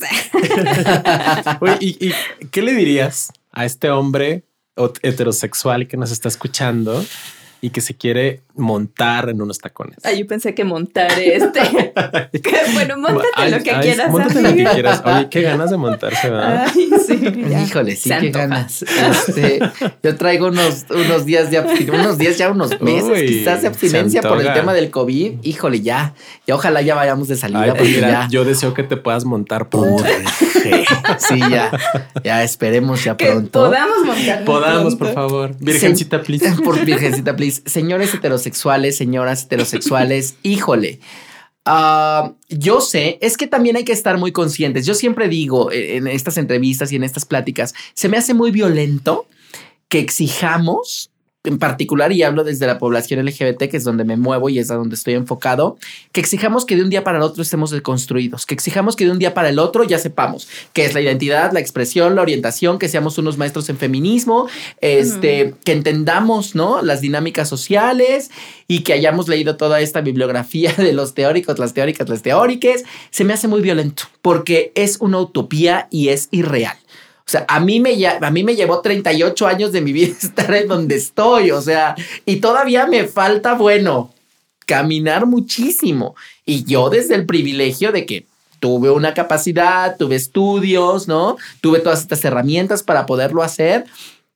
Oye, ¿y, y qué le dirías a este hombre heterosexual que nos está escuchando y que se quiere montar en unos tacones. Ay, yo pensé que montar este. que, bueno, móntate ay, lo que ay, quieras. Móntate lo que quieras. Oye, qué ganas de montarse, ¿verdad? Ay, sí. Ya. Híjole, sí, qué ganas. Este, yo traigo unos, unos días de unos días ya unos meses Uy, quizás de abstinencia por el tema del COVID. Híjole, ya, ya ojalá ya vayamos de salida. Ay, porque mira, ya... yo deseo que te puedas montar pronto. Sí, ya, ya esperemos ya que pronto. Podamos montar. Podamos, por favor. Virgencita, Se... please. Por Virgencita, please. Señores heterosexuales, señoras heterosexuales, híjole. Uh, yo sé, es que también hay que estar muy conscientes. Yo siempre digo en estas entrevistas y en estas pláticas, se me hace muy violento que exijamos, en particular, y hablo desde la población L G B T, que es donde me muevo y es a donde estoy enfocado, que exijamos que de un día para el otro estemos deconstruidos, que exijamos que de un día para el otro ya sepamos qué es la identidad, la expresión, la orientación, que seamos unos maestros en feminismo, este, uh-huh. que entendamos, ¿no?, las dinámicas sociales y que hayamos leído toda esta bibliografía de los teóricos, las teóricas, las teóricas. Se me hace muy violento porque es una utopía y es irreal. O sea, a mí, me, a mí me llevó treinta y ocho años de mi vida estar en donde estoy, o sea, y todavía me falta, bueno, caminar muchísimo. Y yo desde el privilegio de que tuve una capacidad, tuve estudios, ¿no? Tuve todas estas herramientas para poderlo hacer.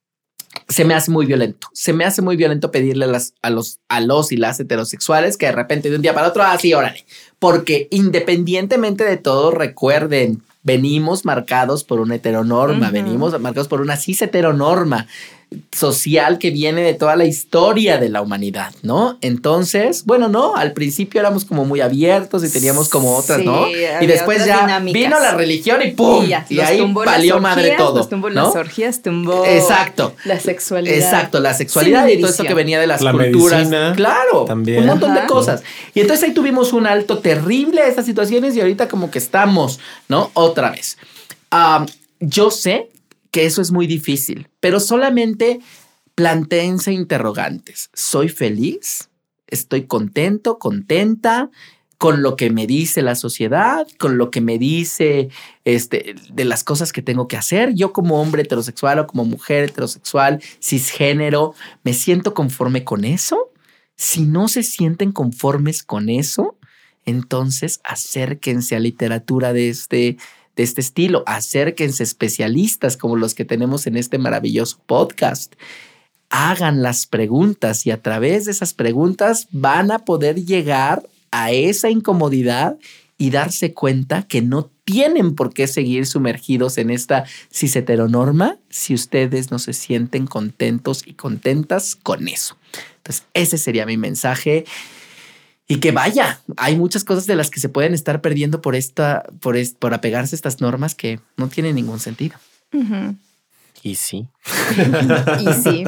Se me hace muy violento. Se me hace muy violento pedirle a, las, a, los, a los y las heterosexuales que de repente de un día para otro, así, ah, órale. Porque independientemente de todo, recuerden, venimos marcados por una heteronorma, uh-huh. venimos marcados por una cis heteronorma social que viene de toda la historia de la humanidad, ¿no? Entonces, bueno, no, al principio éramos como muy abiertos y teníamos como otras, sí, ¿no? Y después ya dinámicas. Vino la religión y ¡pum! Y, ya, y ahí valió orgías, madre todo. Nos tumbó ¿no? las orgías, tumbó Exacto. la sexualidad. Exacto, la sexualidad y todo eso que venía de las la culturas. Medicina, claro, también. Un montón Ajá. de cosas. Y entonces ahí tuvimos un alto terrible a estas situaciones y ahorita como que estamos, ¿no? Otra vez. Um, yo sé que eso es muy difícil, pero solamente plantéense interrogantes. ¿Soy feliz? ¿Estoy contento, contenta con lo que me dice la sociedad, con lo que me dice este, de las cosas que tengo que hacer? Yo como hombre heterosexual o como mujer heterosexual, cisgénero, ¿me siento conforme con eso? Si no se sienten conformes con eso, entonces acérquense a literatura de este de este estilo, acérquense especialistas como los que tenemos en este maravilloso podcast, hagan las preguntas y a través de esas preguntas van a poder llegar a esa incomodidad y darse cuenta que no tienen por qué seguir sumergidos en esta cis heteronorma si ustedes no se sienten contentos y contentas con eso. Entonces, ese sería mi mensaje. Y que vaya, hay muchas cosas de las que se pueden estar perdiendo por esta, por, est, por apegarse a estas normas que no tienen ningún sentido. Uh-huh. Y sí. Y sí.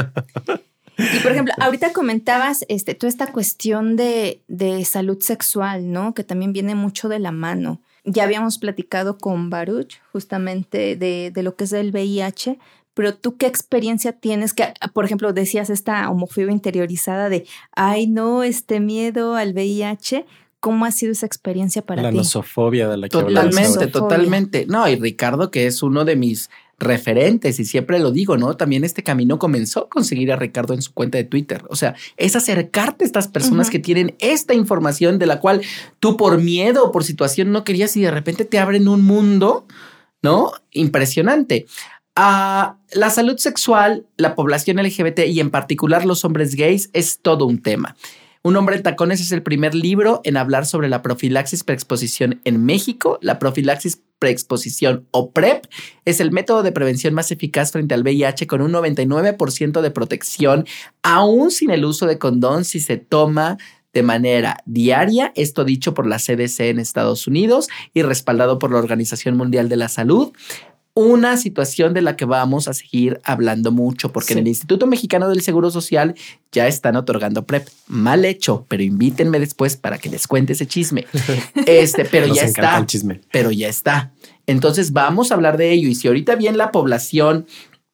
Y por ejemplo, ahorita comentabas este, toda esta cuestión de, de salud sexual, ¿no? Que también viene mucho de la mano. Ya habíamos platicado con Baruch justamente de, de lo que es el V I H, pero tú, ¿qué experiencia tienes? Que, por ejemplo, decías esta homofobia interiorizada de, ay, no, este miedo al V I H. ¿Cómo ha sido esa experiencia para la ti? La nosofobia de la que Totalmente, hablamos. totalmente. No, y Ricardo, que es uno de mis referentes, y siempre lo digo, ¿no? También este camino comenzó a conseguir a Ricardo en su cuenta de Twitter. O sea, es acercarte a estas personas uh-huh. que tienen esta información de la cual tú por miedo o por situación no querías y de repente te abren un mundo, ¿no? Impresionante. Uh, la salud sexual, la población L G B T y en particular los hombres gays es todo un tema. Un hombre en tacones es el primer libro en hablar sobre la profilaxis preexposición en México. La profilaxis preexposición o PrEP es el método de prevención más eficaz frente al V I H con un noventa y nueve por ciento de protección, aún sin el uso de condón si se toma de manera diaria. Esto dicho por la C D C en Estados Unidos y respaldado por la Organización Mundial de la Salud. Una situación de la que vamos a seguir hablando mucho porque sí. en el Instituto Mexicano del Seguro Social ya están otorgando PrEP. Mal hecho, pero invítenme después para que les cuente ese chisme. Este, pero Nos ya está. El chisme. Pero ya está. Entonces vamos a hablar de ello. Y si ahorita bien la población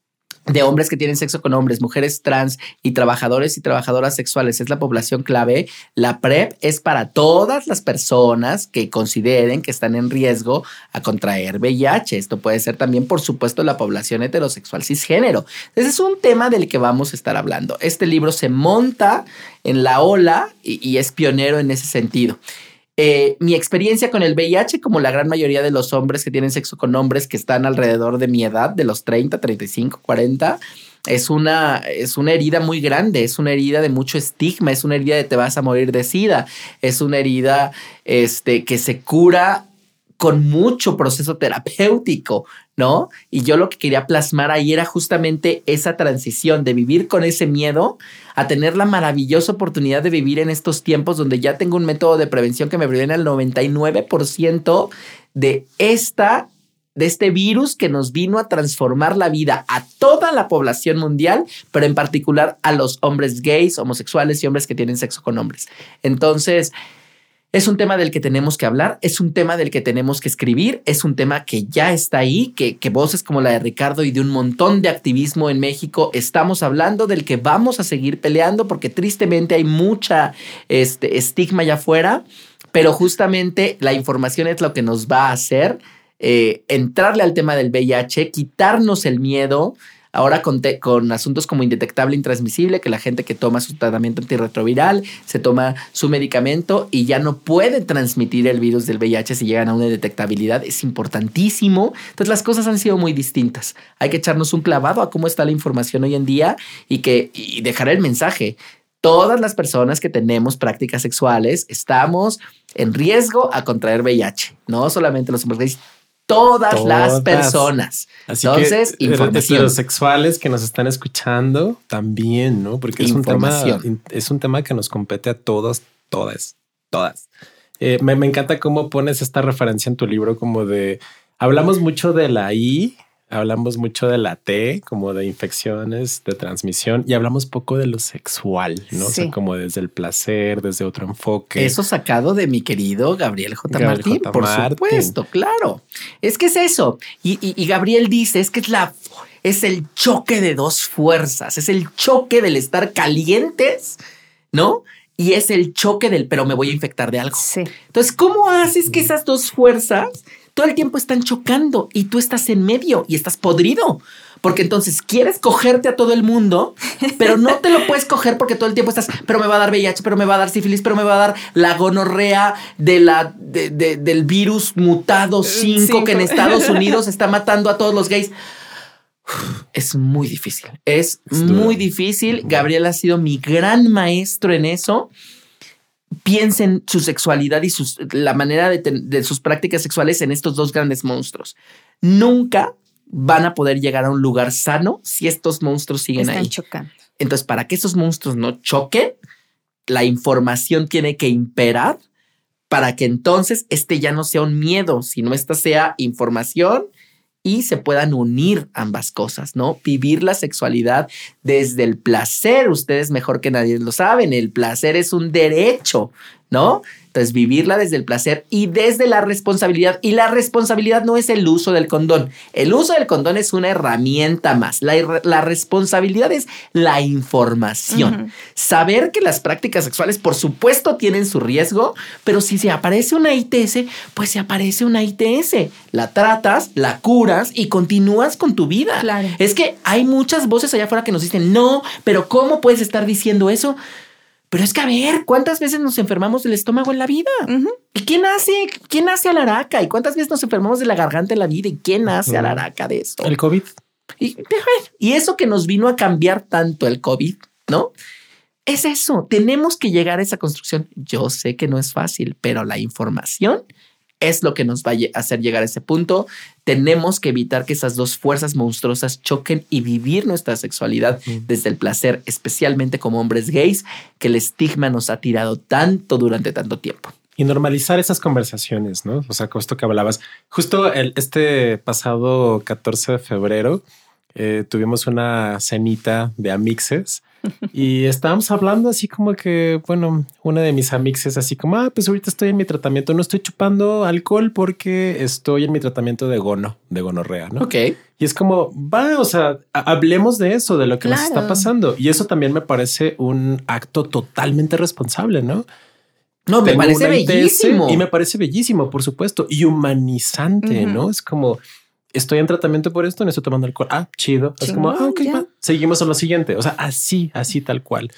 de hombres que tienen sexo con hombres, mujeres trans y trabajadores y trabajadoras sexuales es la población clave, la PrEP es para todas las personas que consideren que están en riesgo a contraer V I H. Esto puede ser también, por supuesto, la población heterosexual cisgénero. Ese es un tema del que vamos a estar hablando. Este libro se monta en la ola y, y es pionero en ese sentido. Eh, mi experiencia con el V I H, como la gran mayoría de los hombres que tienen sexo con hombres que están alrededor de mi edad, de los treinta, treinta y cinco, cuarenta, es una, es una herida muy grande, es una herida de mucho estigma, es una herida de te vas a morir de SIDA, es una herida este, que se cura con mucho proceso terapéutico, ¿no? Y yo lo que quería plasmar ahí era justamente esa transición de vivir con ese miedo a tener la maravillosa oportunidad de vivir en estos tiempos donde ya tengo un método de prevención que me previene al noventa y nueve por ciento de esta de este virus que nos vino a transformar la vida a toda la población mundial, pero en particular a los hombres gays, homosexuales y hombres que tienen sexo con hombres. Entonces, es un tema del que tenemos que hablar, es un tema del que tenemos que escribir, es un tema que ya está ahí, que, que voces como la de Ricardo y de un montón de activismo en México estamos hablando, del que vamos a seguir peleando, porque tristemente hay mucha este, estigma allá afuera, pero justamente la información es lo que nos va a hacer eh, entrarle al tema del V I H, quitarnos el miedo. Ahora con, te, con asuntos como indetectable, intransmisible, que la gente que toma su tratamiento antirretroviral se toma su medicamento y ya no puede transmitir el virus del V I H si llegan a una detectabilidad. Es importantísimo. Entonces las cosas han sido muy distintas. Hay que echarnos un clavado a cómo está la información hoy en día y, que, y dejar el mensaje. Todas las personas que tenemos prácticas sexuales estamos en riesgo a contraer V I H. No solamente los hombres gays. Todas, Todas las personas. Así Entonces, que información. Los sexuales que nos están escuchando también, ¿no? Porque es un tema, es un tema que nos compete a todos, todas, todas. Eh, me, me encanta cómo pones esta referencia en tu libro, como de hablamos mucho de la I, hablamos mucho de la T, como de infecciones de transmisión, y hablamos poco de lo sexual, ¿no? Sí. O sea, como desde el placer, desde otro enfoque. Eso sacado de mi querido Gabriel J. Gabriel Martín, J. por Martín. Supuesto, claro. Es que es eso. Y, y, y Gabriel dice, es que es la es el choque de dos fuerzas, es el choque del estar calientes, ¿no? Y es el choque del, pero me voy a infectar de algo. Sí. Entonces, ¿cómo haces que esas dos fuerzas todo el tiempo están chocando y tú estás en medio y estás podrido? Porque entonces quieres cogerte a todo el mundo, pero no te lo puedes coger porque todo el tiempo estás, pero me va a dar V I H, pero me va a dar sífilis, pero me va a dar la gonorrea de la, de, de, del virus mutado cinco que en Estados Unidos está matando a todos los gays. Es muy difícil, es, es muy difícil. Gabriel ha sido mi gran maestro en eso. Piensen su sexualidad y sus, la manera de, ten, de sus prácticas sexuales en estos dos grandes monstruos. Nunca van a poder llegar a un lugar sano si estos monstruos siguen Están ahí. Están chocando. Entonces, para que esos monstruos no choquen, la información tiene que imperar para que entonces este ya no sea un miedo, sino esta sea información y se puedan unir ambas cosas, ¿no? Vivir la sexualidad desde el placer. Ustedes mejor que nadie lo saben. El placer es un derecho, ¿no? Entonces, vivirla desde el placer y desde la responsabilidad. Y la responsabilidad no es el uso del condón. El uso del condón es una herramienta más. La, la responsabilidad es la información. Uh-huh. Saber que las prácticas sexuales, por supuesto, tienen su riesgo, pero si se aparece una I T S, pues se aparece una I T S. La tratas, la curas y continúas con tu vida. Claro. Es que hay muchas voces allá afuera que nos dicen, no, pero ¿cómo puedes estar diciendo eso? Pero es que, a ver, ¿cuántas veces nos enfermamos del estómago en la vida? Uh-huh. ¿Y quién hace, quién hace alaraca? ¿Y cuántas veces nos enfermamos de la garganta en la vida? ¿Y quién hace uh-huh. alaraca de eso? El COVID. Y, y eso que nos vino a cambiar tanto el COVID, ¿no? Es eso. Tenemos que llegar a esa construcción. Yo sé que no es fácil, pero la información es lo que nos va a hacer llegar a ese punto. Tenemos que evitar que esas dos fuerzas monstruosas choquen y vivir nuestra sexualidad mm. desde el placer, especialmente como hombres gays, que el estigma nos ha tirado tanto durante tanto tiempo. Y normalizar esas conversaciones, ¿no? O sea, con esto que hablabas. Justo el, este pasado catorce de febrero, eh, tuvimos una cenita de amixes y estábamos hablando así como que, bueno, una de mis amixes así como, ah, pues ahorita estoy en mi tratamiento, no estoy chupando alcohol porque estoy en mi tratamiento de gono, de gonorrea, ¿no? Ok. Y es como, va, o sea, hablemos de eso, de lo que claro. nos está pasando. Y eso también me parece un acto totalmente responsable, ¿no? No, me Tengo parece una I T S bellísimo. Y me parece bellísimo, por supuesto. Y humanizante, uh-huh. ¿no? Es como, estoy en tratamiento por esto, no estoy tomando alcohol. Ah, chido. Chingón, es como, ah, ok, va. Seguimos a lo siguiente. O sea, así, así tal cual.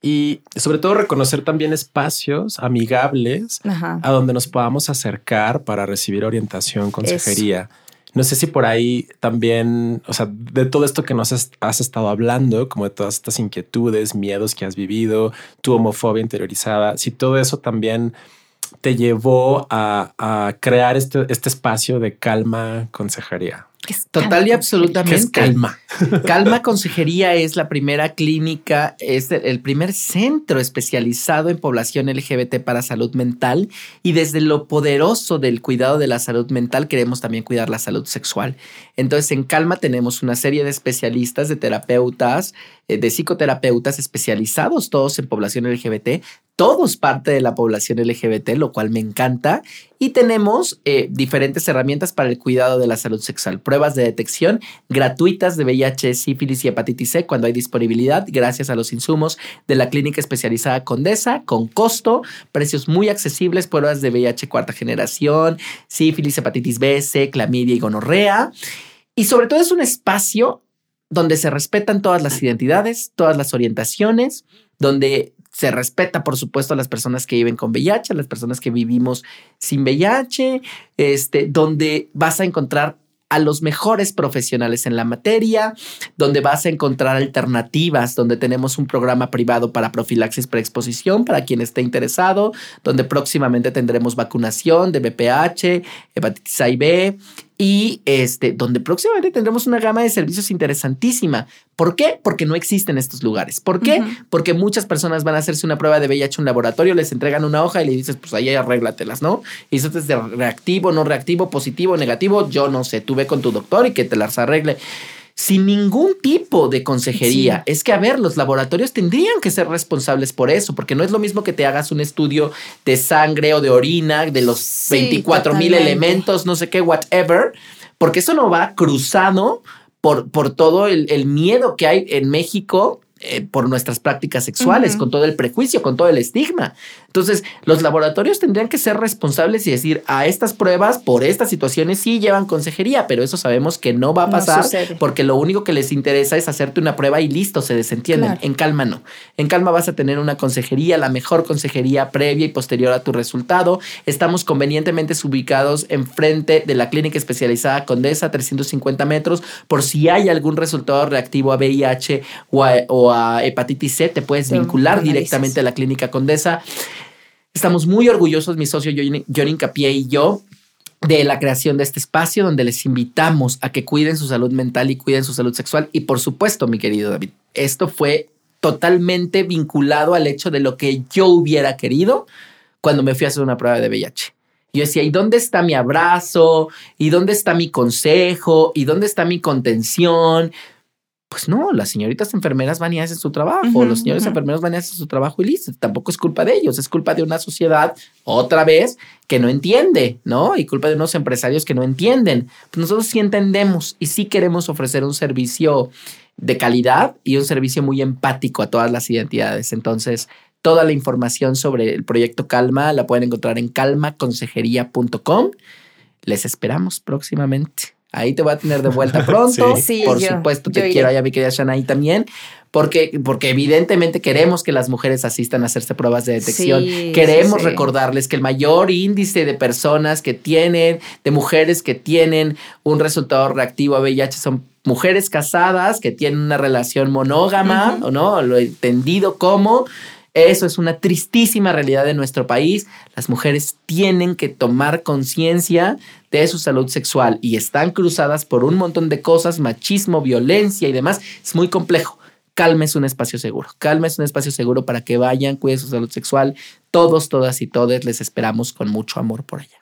Y sobre todo reconocer también espacios amigables uh-huh. a donde nos podamos acercar para recibir orientación, consejería. Eso. No sé si por ahí también, o sea, de todo esto que nos has, has estado hablando, como de todas estas inquietudes, miedos que has vivido, tu homofobia interiorizada, si todo eso también te llevó a, a crear este, este espacio de Calma Consejería. Total y absolutamente. ¿Qué es Calma? Calma Consejería es la primera clínica, es el primer centro especializado en población L G B T para salud mental, y desde lo poderoso del cuidado de la salud mental queremos también cuidar la salud sexual. Entonces en Calma tenemos una serie de especialistas, de terapeutas, de psicoterapeutas especializados todos en población L G B T, todos parte de la población L G B T, lo cual me encanta. Y tenemos eh, diferentes herramientas para el cuidado de la salud sexual. Pruebas de detección gratuitas de V I H, sífilis y hepatitis C cuando hay disponibilidad, gracias a los insumos de la clínica especializada Condesa, con costo, precios muy accesibles, pruebas de V I H cuarta generación, sífilis, hepatitis B, C, clamidia y gonorrea. Y sobre todo es un espacio donde se respetan todas las identidades, todas las orientaciones, donde se respeta, por supuesto, a las personas que viven con V I H, a las personas que vivimos sin V I H, este, donde vas a encontrar a los mejores profesionales en la materia, donde vas a encontrar alternativas, donde tenemos un programa privado para profilaxis preexposición para quien esté interesado, donde próximamente tendremos vacunación de V P H, hepatitis A y B, y este, donde próximamente tendremos una gama de servicios interesantísima. ¿Por qué? Porque no existen estos lugares. ¿Por qué? Uh-huh. Porque muchas personas van a hacerse una prueba de V I H en un laboratorio, les entregan una hoja y le dices, pues ahí arréglatelas, ¿no? Y eso es de reactivo, no reactivo, positivo, negativo, yo no sé, tú ve con tu doctor y que te las arregle. Sin ningún tipo de consejería. Sí. Es que, a ver, los laboratorios tendrían que ser responsables por eso, porque no es lo mismo que te hagas un estudio de sangre o de orina, de los sí, veinticuatro mil elementos, no sé qué, whatever, porque eso no va cruzado por, por todo el, el miedo que hay en México eh, por nuestras prácticas sexuales, uh-huh. con todo el prejuicio, con todo el estigma. Entonces, los laboratorios tendrían que ser responsables y decir, a estas pruebas, por estas situaciones, sí llevan consejería, pero eso sabemos que no va a pasar no porque lo único que les interesa es hacerte una prueba y listo, se desentienden. Claro. En Calma no. En Calma vas a tener una consejería, la mejor consejería previa y posterior a tu resultado. Estamos convenientemente ubicados enfrente de la clínica especializada Condesa, trescientos cincuenta metros, por si hay algún resultado reactivo a V I H o a, o a hepatitis C, te puedes sí, vincular directamente a la clínica Condesa. Estamos muy orgullosos, mi socio Jorin Capié y yo, de la creación de este espacio donde les invitamos a que cuiden su salud mental y cuiden su salud sexual. Y por supuesto, mi querido David, esto fue totalmente vinculado al hecho de lo que yo hubiera querido cuando me fui a hacer una prueba de V I H. Yo decía, ¿y dónde está mi abrazo? ¿Y dónde está mi consejo? ¿Y dónde está mi contención? Pues no, las señoritas enfermeras van y hacen su trabajo, uh-huh, los señores uh-huh. enfermeros van y hacen su trabajo y listo. Tampoco es culpa de ellos, es culpa de una sociedad, otra vez, que no entiende, ¿no? Y culpa de unos empresarios que no entienden. Pues nosotros sí entendemos y sí queremos ofrecer un servicio de calidad y un servicio muy empático a todas las identidades. Entonces, toda la información sobre el proyecto Calma la pueden encontrar en calma consejería punto com. Les esperamos próximamente. Ahí te voy a tener de vuelta pronto. Sí, Por yo, supuesto, yo te iré. quiero allá, mi querida Shanaí, también. Porque, porque evidentemente queremos que las mujeres asistan a hacerse pruebas de detección. Sí, queremos sí, sí. recordarles que el mayor índice de personas que tienen, de mujeres que tienen un resultado reactivo a V I H son mujeres casadas que tienen una relación monógama, uh-huh. ¿o no? Lo entendido como... Eso es una tristísima realidad de nuestro país. Las mujeres tienen que tomar conciencia de su salud sexual y están cruzadas por un montón de cosas, machismo, violencia y demás. Es muy complejo. Calma es un espacio seguro. Calma es un espacio seguro para que vayan, cuiden su salud sexual. Todos, todas y todes les esperamos con mucho amor por allá.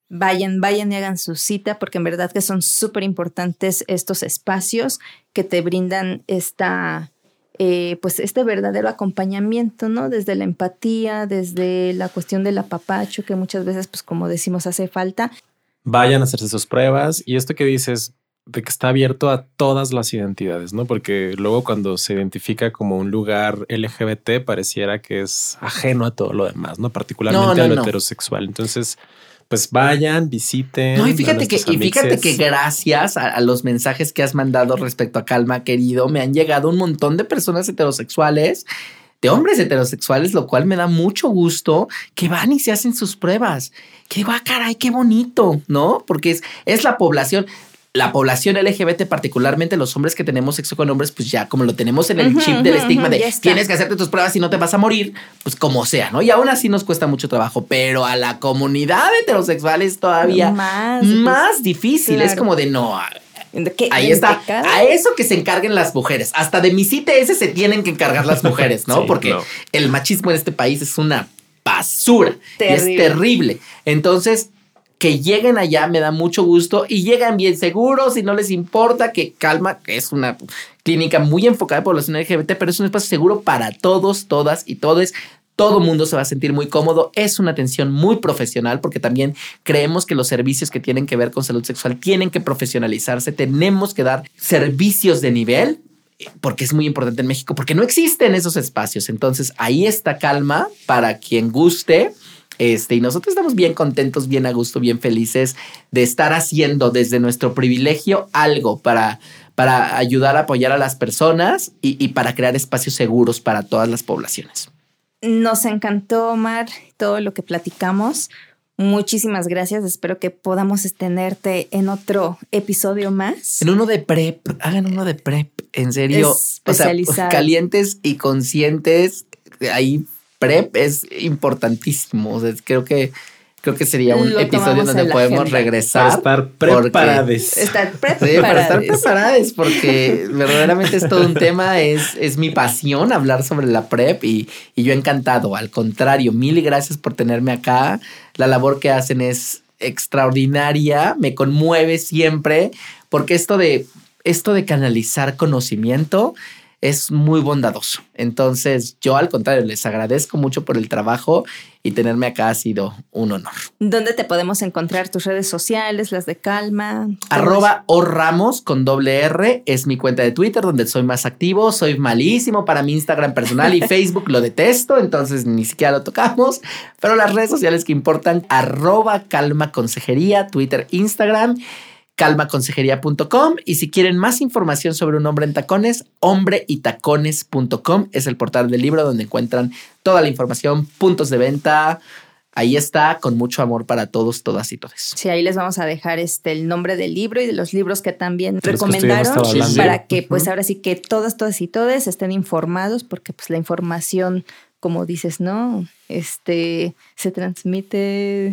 Vayan, vayan y hagan su cita porque en verdad que son súper importantes estos espacios que te brindan esta, eh, pues este verdadero acompañamiento, ¿no? Desde la empatía, desde la cuestión del apapacho que muchas veces, pues como decimos, hace falta. Vayan a hacerse sus pruebas y esto que dices de que está abierto a todas las identidades, ¿no? Porque luego cuando se identifica como un lugar L G B T pareciera que es ajeno a todo lo demás, ¿no? Particularmente no, no, a lo no. heterosexual. Entonces, pues vayan, visiten. No, y fíjate que, y fíjate que gracias a, a los mensajes que has mandado respecto a Calma, querido, me han llegado un montón de personas heterosexuales, de hombres heterosexuales, lo cual me da mucho gusto que van y se hacen sus pruebas. Que digo, ah, caray, qué bonito, ¿no? Porque es, es la población. La población L G B T, particularmente los hombres que tenemos sexo con hombres, pues ya como lo tenemos en el uh-huh, chip del uh-huh, estigma de tienes que hacerte tus pruebas y no te vas a morir, pues como sea, ¿no? Y aún así nos cuesta mucho trabajo, pero a la comunidad heterosexual es todavía más, más difícil. Claro. Es como de no... ¿Qué? Ahí está. A eso que se encarguen las mujeres. Hasta de mis I T S se tienen que encargar las mujeres, ¿no? Sí, Porque no. el machismo en este país es una basura. Terrible. Y es terrible. Entonces... que lleguen allá me da mucho gusto y llegan bien seguros y no les importa que Calma, que es una clínica muy enfocada en población L G B T, pero es un espacio seguro para todos, todas y todes. Todo mundo se va a sentir muy cómodo. Es una atención muy profesional porque también creemos que los servicios que tienen que ver con salud sexual tienen que profesionalizarse. Tenemos que dar servicios de nivel porque es muy importante en México, porque no existen esos espacios. Entonces ahí está Calma para quien guste. Este, y nosotros estamos bien contentos, bien a gusto, bien felices de estar haciendo desde nuestro privilegio algo para, para ayudar a apoyar a las personas y, y para crear espacios seguros para todas las poblaciones. Nos encantó, Omar, todo lo que platicamos. Muchísimas gracias. Espero que podamos tenerte en otro episodio más. En uno de PrEP. Hagan uno de PrEP. En serio. Especializado. O sea, calientes y conscientes. Ahí PrEP es importantísimo. O sea, creo que creo que sería un Lo episodio donde podemos agenda. regresar. Para estar preparados. Estar preparados. Sí, para estar preparados, porque verdaderamente es todo un tema. Es, es mi pasión hablar sobre la PrEP y, y yo encantado. Al contrario, mil gracias por tenerme acá. La labor que hacen es extraordinaria. Me conmueve siempre porque esto de, esto de canalizar conocimiento es muy bondadoso. Entonces, yo al contrario, les agradezco mucho por el trabajo y tenerme acá ha sido un honor. ¿Dónde te podemos encontrar? ¿Tus redes sociales, las de Calma? Arroba o Ramos con doble R es mi cuenta de Twitter donde soy más activo. Soy malísimo para mi Instagram personal y Facebook lo detesto, entonces ni siquiera lo tocamos. Pero las redes sociales que importan, arroba Calma Consejería, Twitter, Instagram, calma consejería punto com, y si quieren más información sobre un hombre en tacones, hombre y tacones punto com es el portal del libro donde encuentran toda la información, puntos de venta. Ahí está, con mucho amor para todos, todas y todos. Sí, ahí les vamos a dejar este el nombre del libro y de los libros que también Pero recomendaron que para que pues uh-huh. ahora sí que todas, todas y todos estén informados, porque pues la información, como dices, ¿no? Este se transmite.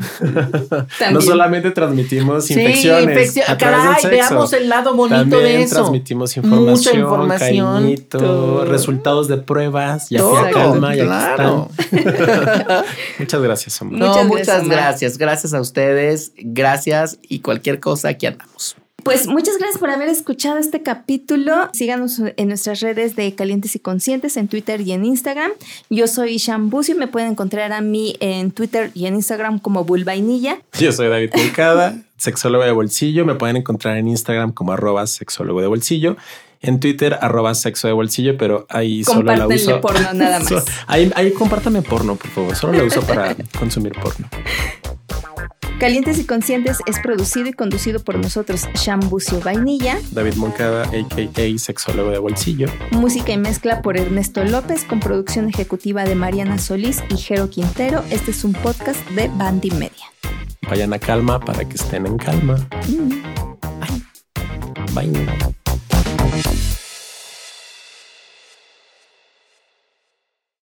No solamente transmitimos infecciones. Sí, infeccio- Caray, veamos el lado bonito También de eso. Transmitimos información, mucha información, cariñito, todo. resultados de pruebas, ya todo, fui a Calma, ya claro. están. Muchas gracias, Omar. No, muchas, muchas gracias, gracias. Gracias a ustedes. Gracias y cualquier cosa, aquí andamos. Pues muchas gracias por haber escuchado este capítulo. Síganos en nuestras redes de Calientes y Conscientes en Twitter y en Instagram. Yo soy Sham Bucio y me pueden encontrar a mí en Twitter y en Instagram como Bulvainilla. Yo soy David Moncada, sexólogo de bolsillo. Me pueden encontrar en Instagram como arroba sexólogo de bolsillo. En Twitter, arroba sexo de bolsillo, pero ahí solo la uso. porno nada más. ahí, ahí compártame porno, por favor. Solo la uso para consumir porno. Calientes y Conscientes es producido y conducido por nosotros, Sham Bucio Vainilla, David Moncada, a k a. sexólogo de bolsillo. Música y mezcla por Ernesto López, con producción ejecutiva de Mariana Solís y Jero Quintero. Este es un podcast de Bandy Media. Vayan a Calma para que estén en calma. Mm. Bye. Bye.